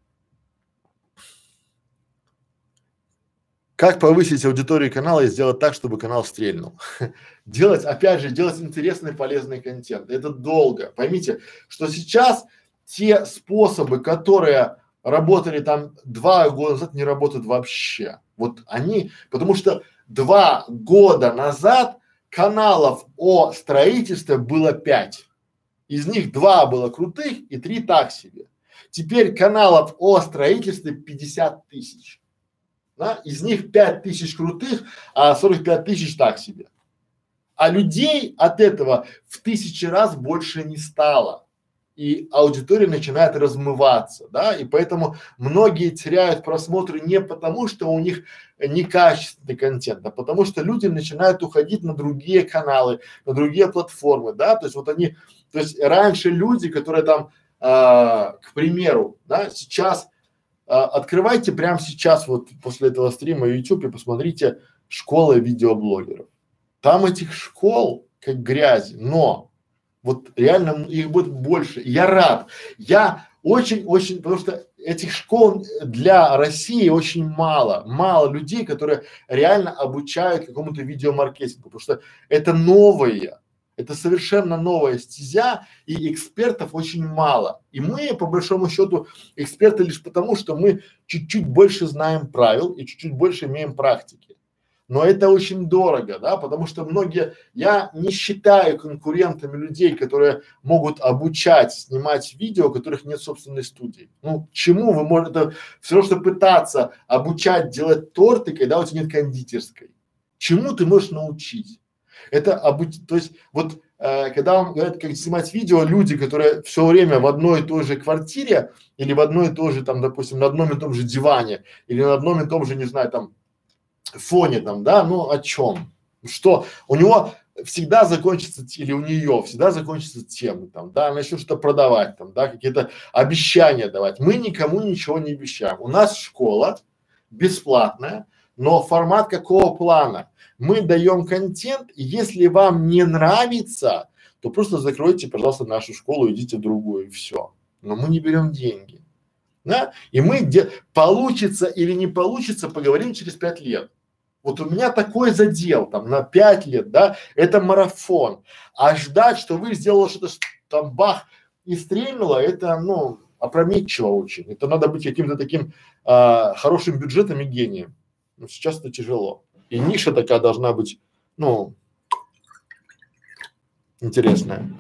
Как повысить аудиторию канала и сделать так, чтобы канал стрельнул? Делать, опять же, делать интересный, полезный контент. Это долго. Поймите, что сейчас те способы, которые работали там два года назад, не работают вообще. Вот они, потому что два года назад каналов о строительстве было пять. Из них два было крутых и три так себе. Теперь каналов о строительстве пятьдесят тысяч. Да? Из них пять тысяч крутых, а сорок пять тысяч так себе. А людей от этого в тысячи раз больше не стало. И аудитория начинает размываться, да, и поэтому многие теряют просмотры не потому, что у них некачественный контент, а потому что люди начинают уходить на другие каналы, на другие платформы, да, то есть вот они, то есть раньше люди, которые там, а, к примеру, да, сейчас а, открывайте прямо сейчас вот после этого стрима YouTube и посмотрите школы видеоблогеров. Там этих школ как грязи, но вот реально их будет больше. Я рад. Я Очень-очень, потому что этих школ для России очень мало, мало людей, которые реально обучают какому-то видеомаркетингу, потому что это новое, это совершенно новая стезя, и экспертов очень мало. И мы, по большому счету, эксперты лишь потому, что мы чуть-чуть больше знаем правил и чуть-чуть больше имеем практики. Но это очень дорого, да, потому что многие, я не считаю конкурентами людей, которые могут обучать, снимать видео, у которых нет собственной студии. Ну, чему вы можете, это все равно, что пытаться обучать делать торты, когда у тебя нет кондитерской. Чему ты можешь научить? Это обуч, то есть вот э, когда вам говорят, как снимать видео, люди, которые все время в одной и той же квартире или в одной и той же, там, допустим, на одном и том же диване или на одном и том же, не знаю, там, фоне там, да, ну о чем? Что у него всегда закончится, или у нее всегда закончится тема там, да, начнет что-то продавать там, да, какие-то обещания давать. Мы никому ничего не обещаем. У нас школа бесплатная, но формат какого плана? Мы даем контент, и если вам не нравится, то просто закройте, пожалуйста, нашу школу, идите в другую, и все. Но мы не берем деньги, да, и мы де- получится или не получится, поговорим через пять лет. Вот у меня такой задел там на пять лет, да, это марафон. А ждать, что вы сделали что-то, ш- там бах и стрельнуло, это, ну, опрометчиво очень. Это надо быть каким-то таким а, хорошим бюджетом и гением. Но сейчас это тяжело. И ниша такая должна быть, ну, интересная.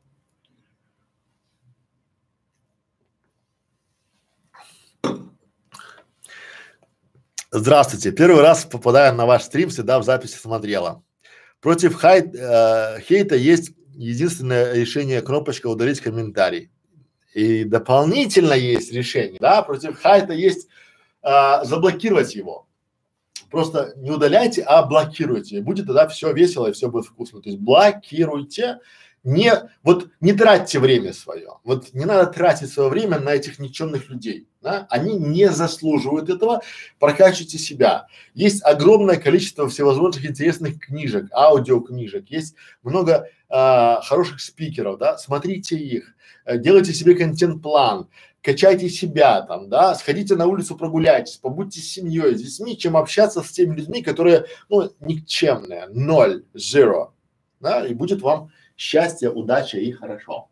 Здравствуйте. Первый раз попадаю на ваш стрим, всегда в записи смотрела. Против хай, э, хейта есть единственное решение — кнопочка удалить комментарий. И дополнительно есть решение, да, против хайта есть а, заблокировать его. Просто не удаляйте, а блокируйте. И будет тогда все весело и все будет вкусно. То есть блокируйте, не, вот не тратьте время свое. Вот не надо тратить свое время на этих никчемных людей, да? Они не заслуживают этого. Прокачивайте себя. Есть огромное количество всевозможных интересных книжек, аудиокнижек. Есть много а, хороших спикеров, да? Смотрите их, э, делайте себе контент-план. Качайте себя там, да, сходите на улицу, прогуляйтесь, побудьте с семьей, с детьми, чем общаться с теми людьми, которые, ну, никчемные, ноль, zero, да, и будет вам счастье, удача и хорошо.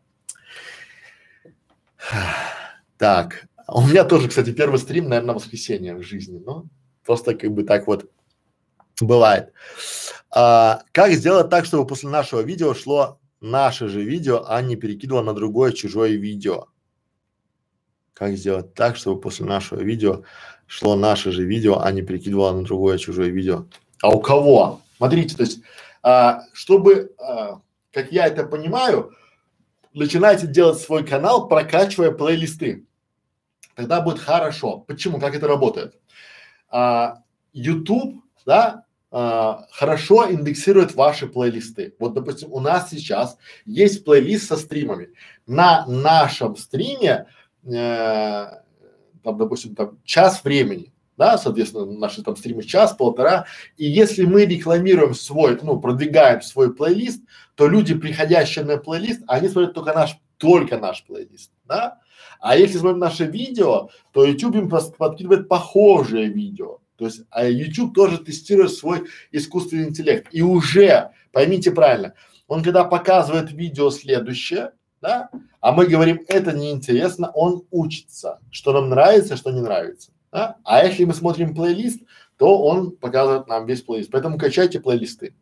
Так, у меня тоже, кстати, первый стрим, наверное, воскресенье в жизни, но просто как бы так вот бывает. А, как сделать так, чтобы после нашего видео шло наше же видео, а не перекидывало на другое чужое видео? Как сделать так, чтобы после нашего видео шло наше же видео, а не перекидывало на другое чужое видео? А у кого? Смотрите, то есть, а, чтобы, а, как я это понимаю, начинайте делать свой канал, прокачивая плейлисты. Тогда будет хорошо. Почему? Как это работает? А, YouTube, да, а, хорошо индексирует ваши плейлисты. Вот, допустим, у нас сейчас есть плейлист со стримами. На нашем стриме э, там, допустим, там час времени, да, соответственно, наши там стримы час-полтора, и если мы рекламируем свой, ну, продвигаем свой плейлист, то люди, приходящие на плейлист, они смотрят только наш, только наш плейлист, да, а если смотрят наше видео, то YouTube им просто подкидывает похожее видео, то есть, а YouTube тоже тестирует свой искусственный интеллект, и уже, поймите правильно, он когда показывает видео следующее, да, а мы говорим, это неинтересно, он учится, что нам нравится, что не нравится, да? А если мы смотрим плейлист, то он показывает нам весь плейлист, поэтому качайте плейлисты.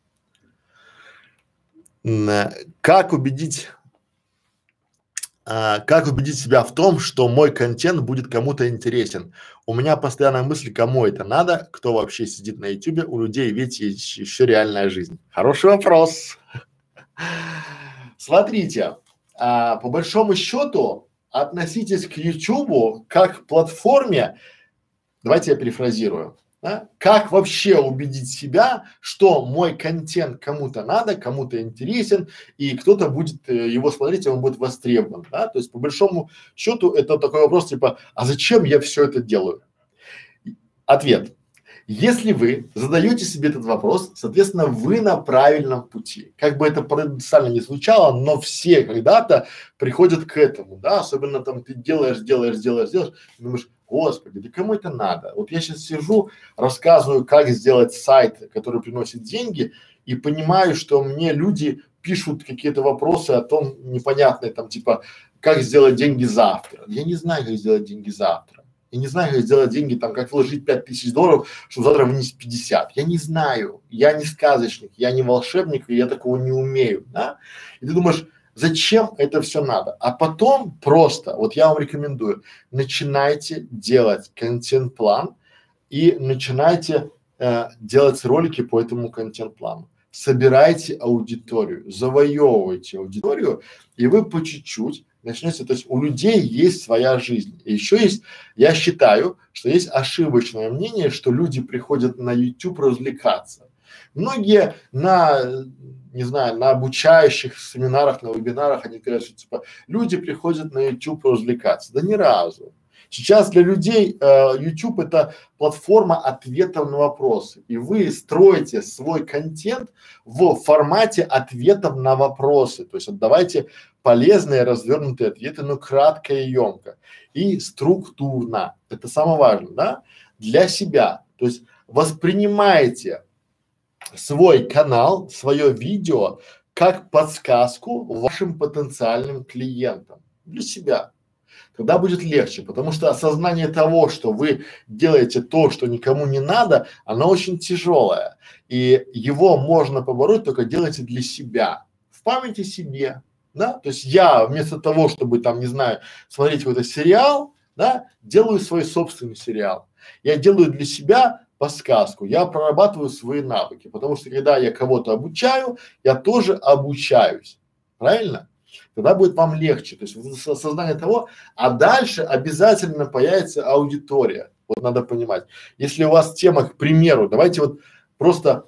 М, Как убедить, а, как убедить себя в том, что мой контент будет кому-то интересен? У меня постоянная мысль, кому это надо, кто вообще сидит на ютубе, у людей ведь есть еще реальная жизнь. Хороший вопрос. Смотрите, а, по большому счету относитесь к Ютубу как к платформе, давайте я перефразирую, да? Как вообще убедить себя, что мой контент кому-то надо, кому-то интересен, и кто-то будет э, его смотреть, и он будет востребован, да? То есть по большому счету это такой вопрос типа, а зачем я все это делаю? Ответ. Если вы задаете себе этот вопрос, соответственно, вы на правильном пути. Как бы это парадоксально не звучало, но все когда-то приходят к этому, да, особенно там ты делаешь, делаешь, делаешь, делаешь, и думаешь, господи, да кому это надо? Вот я сейчас сижу, рассказываю, как сделать сайт, который приносит деньги, и понимаю, что мне люди пишут какие-то вопросы о том непонятные, там типа, как сделать деньги завтра. Я не знаю, как сделать деньги завтра. Я не знаю, как сделать деньги, там, как вложить пять тысяч долларов, чтобы завтра вынести пятьдесят. Я не знаю. Я не сказочник, я не волшебник, и я такого не умею, да? И ты думаешь, зачем это все надо? А потом просто, вот я вам рекомендую, начинайте делать контент-план и начинайте э, делать ролики по этому контент-плану. Собирайте аудиторию, завоевывайте аудиторию, и вы по чуть-чуть начнете, то есть у людей есть своя жизнь. И еще есть, я считаю, что есть ошибочное мнение, что люди приходят на YouTube развлекаться. Многие на, не знаю, на обучающих семинарах, на вебинарах, они говорят, что типа люди приходят на YouTube развлекаться. Да ни разу. Сейчас для людей э, YouTube это платформа ответов на вопросы, и вы строите свой контент в формате ответов на вопросы, то есть отдавайте полезные развернутые ответы, но кратко и емко и структурно. Это самое важное, да, для себя. То есть воспринимайте свой канал, свое видео как подсказку вашим потенциальным клиентам для себя. Тогда будет легче, потому что осознание того, что вы делаете то, что никому не надо, оно очень тяжелое, и его можно побороть только делайте для себя, в памяти себе, да, то есть я вместо того, чтобы там, не знаю, смотреть какой-то сериал, да, делаю свой собственный сериал, я делаю для себя подсказку, я прорабатываю свои навыки, потому что когда я кого-то обучаю, я тоже обучаюсь, правильно? Тогда будет вам легче, то есть осознание того, а дальше обязательно появится аудитория. Вот надо понимать. Если у вас тема, к примеру, давайте вот просто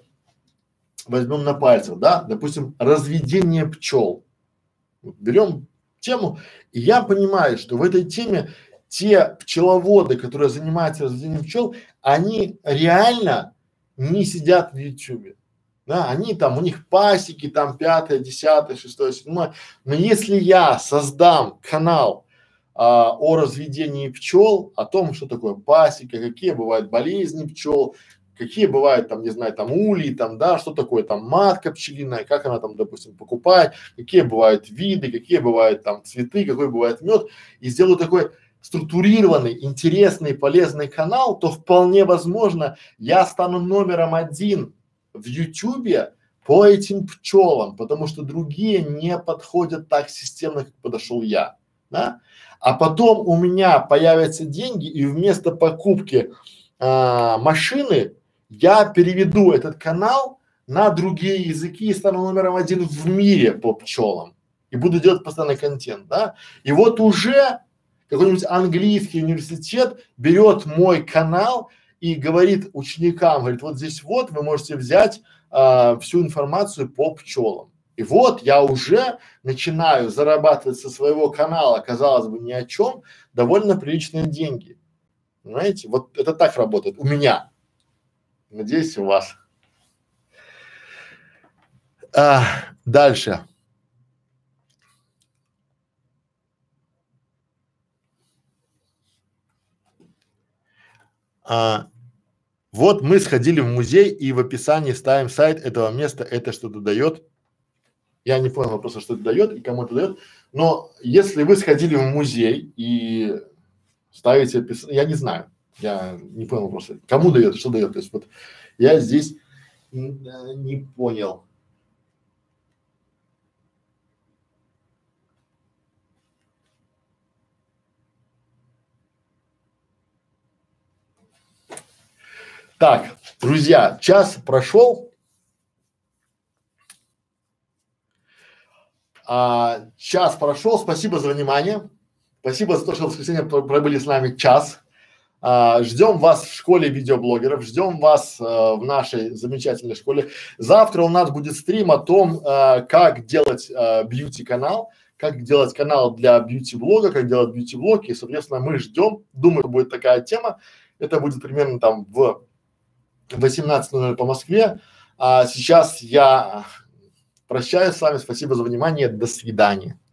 возьмем на пальцах, да, допустим, разведение пчел. Вот берем тему, и я понимаю, что в этой теме те пчеловоды, которые занимаются разведением пчел, они реально не сидят в Ютубе. Да, они там, у них пасеки, там пятое, десятое, шестое, седьмое. Но если я создам канал а, о разведении пчел, о том, что такое пасека, какие бывают болезни пчел, какие бывают там, не знаю, там ульи, там, да, что такое там матка пчелиная, как она там, допустим, покупает, какие бывают виды, какие бывают там цветы, какой бывает мед, и сделаю такой структурированный, интересный, полезный канал, то вполне возможно я стану номером один в Ютубе по этим пчелам, потому что другие не подходят так системно, как подошел я, да? А потом у меня появятся деньги, и вместо покупки а, машины я переведу этот канал на другие языки и стану номером один в мире по пчелам и буду делать постоянный контент, да? И вот уже какой-нибудь английский университет берет мой канал и говорит ученикам, говорит, вот здесь вот вы можете взять а, всю информацию по пчелам. И вот я уже начинаю зарабатывать со своего канала, казалось бы, ни о чем, довольно приличные деньги. Понимаете? Вот это так работает у меня. Надеюсь, у вас. А, дальше. А, вот мы сходили в музей и в описании ставим сайт этого места, это что-то дает. Я не понял просто, что это дает и кому это дает, но если вы сходили в музей и ставите описание, я не знаю, я не понял просто, кому дает, что дает, то есть вот я здесь не понял. Так, друзья, час прошел. А, час прошел. Спасибо за внимание. Спасибо за то, что в воскресенье пробыли с нами час. А, ждем вас в школе видеоблогеров, ждем вас а, в нашей замечательной школе. Завтра у нас будет стрим о том, а, как делать а, бьюти-канал, как делать канал для бьюти-блога, как делать бьюти-блог. И, соответственно, мы ждем. Думаю, будет такая тема. Это будет примерно там в восемнадцать ноль ноль по Москве. А сейчас я прощаюсь с вами. Спасибо за внимание. До свидания.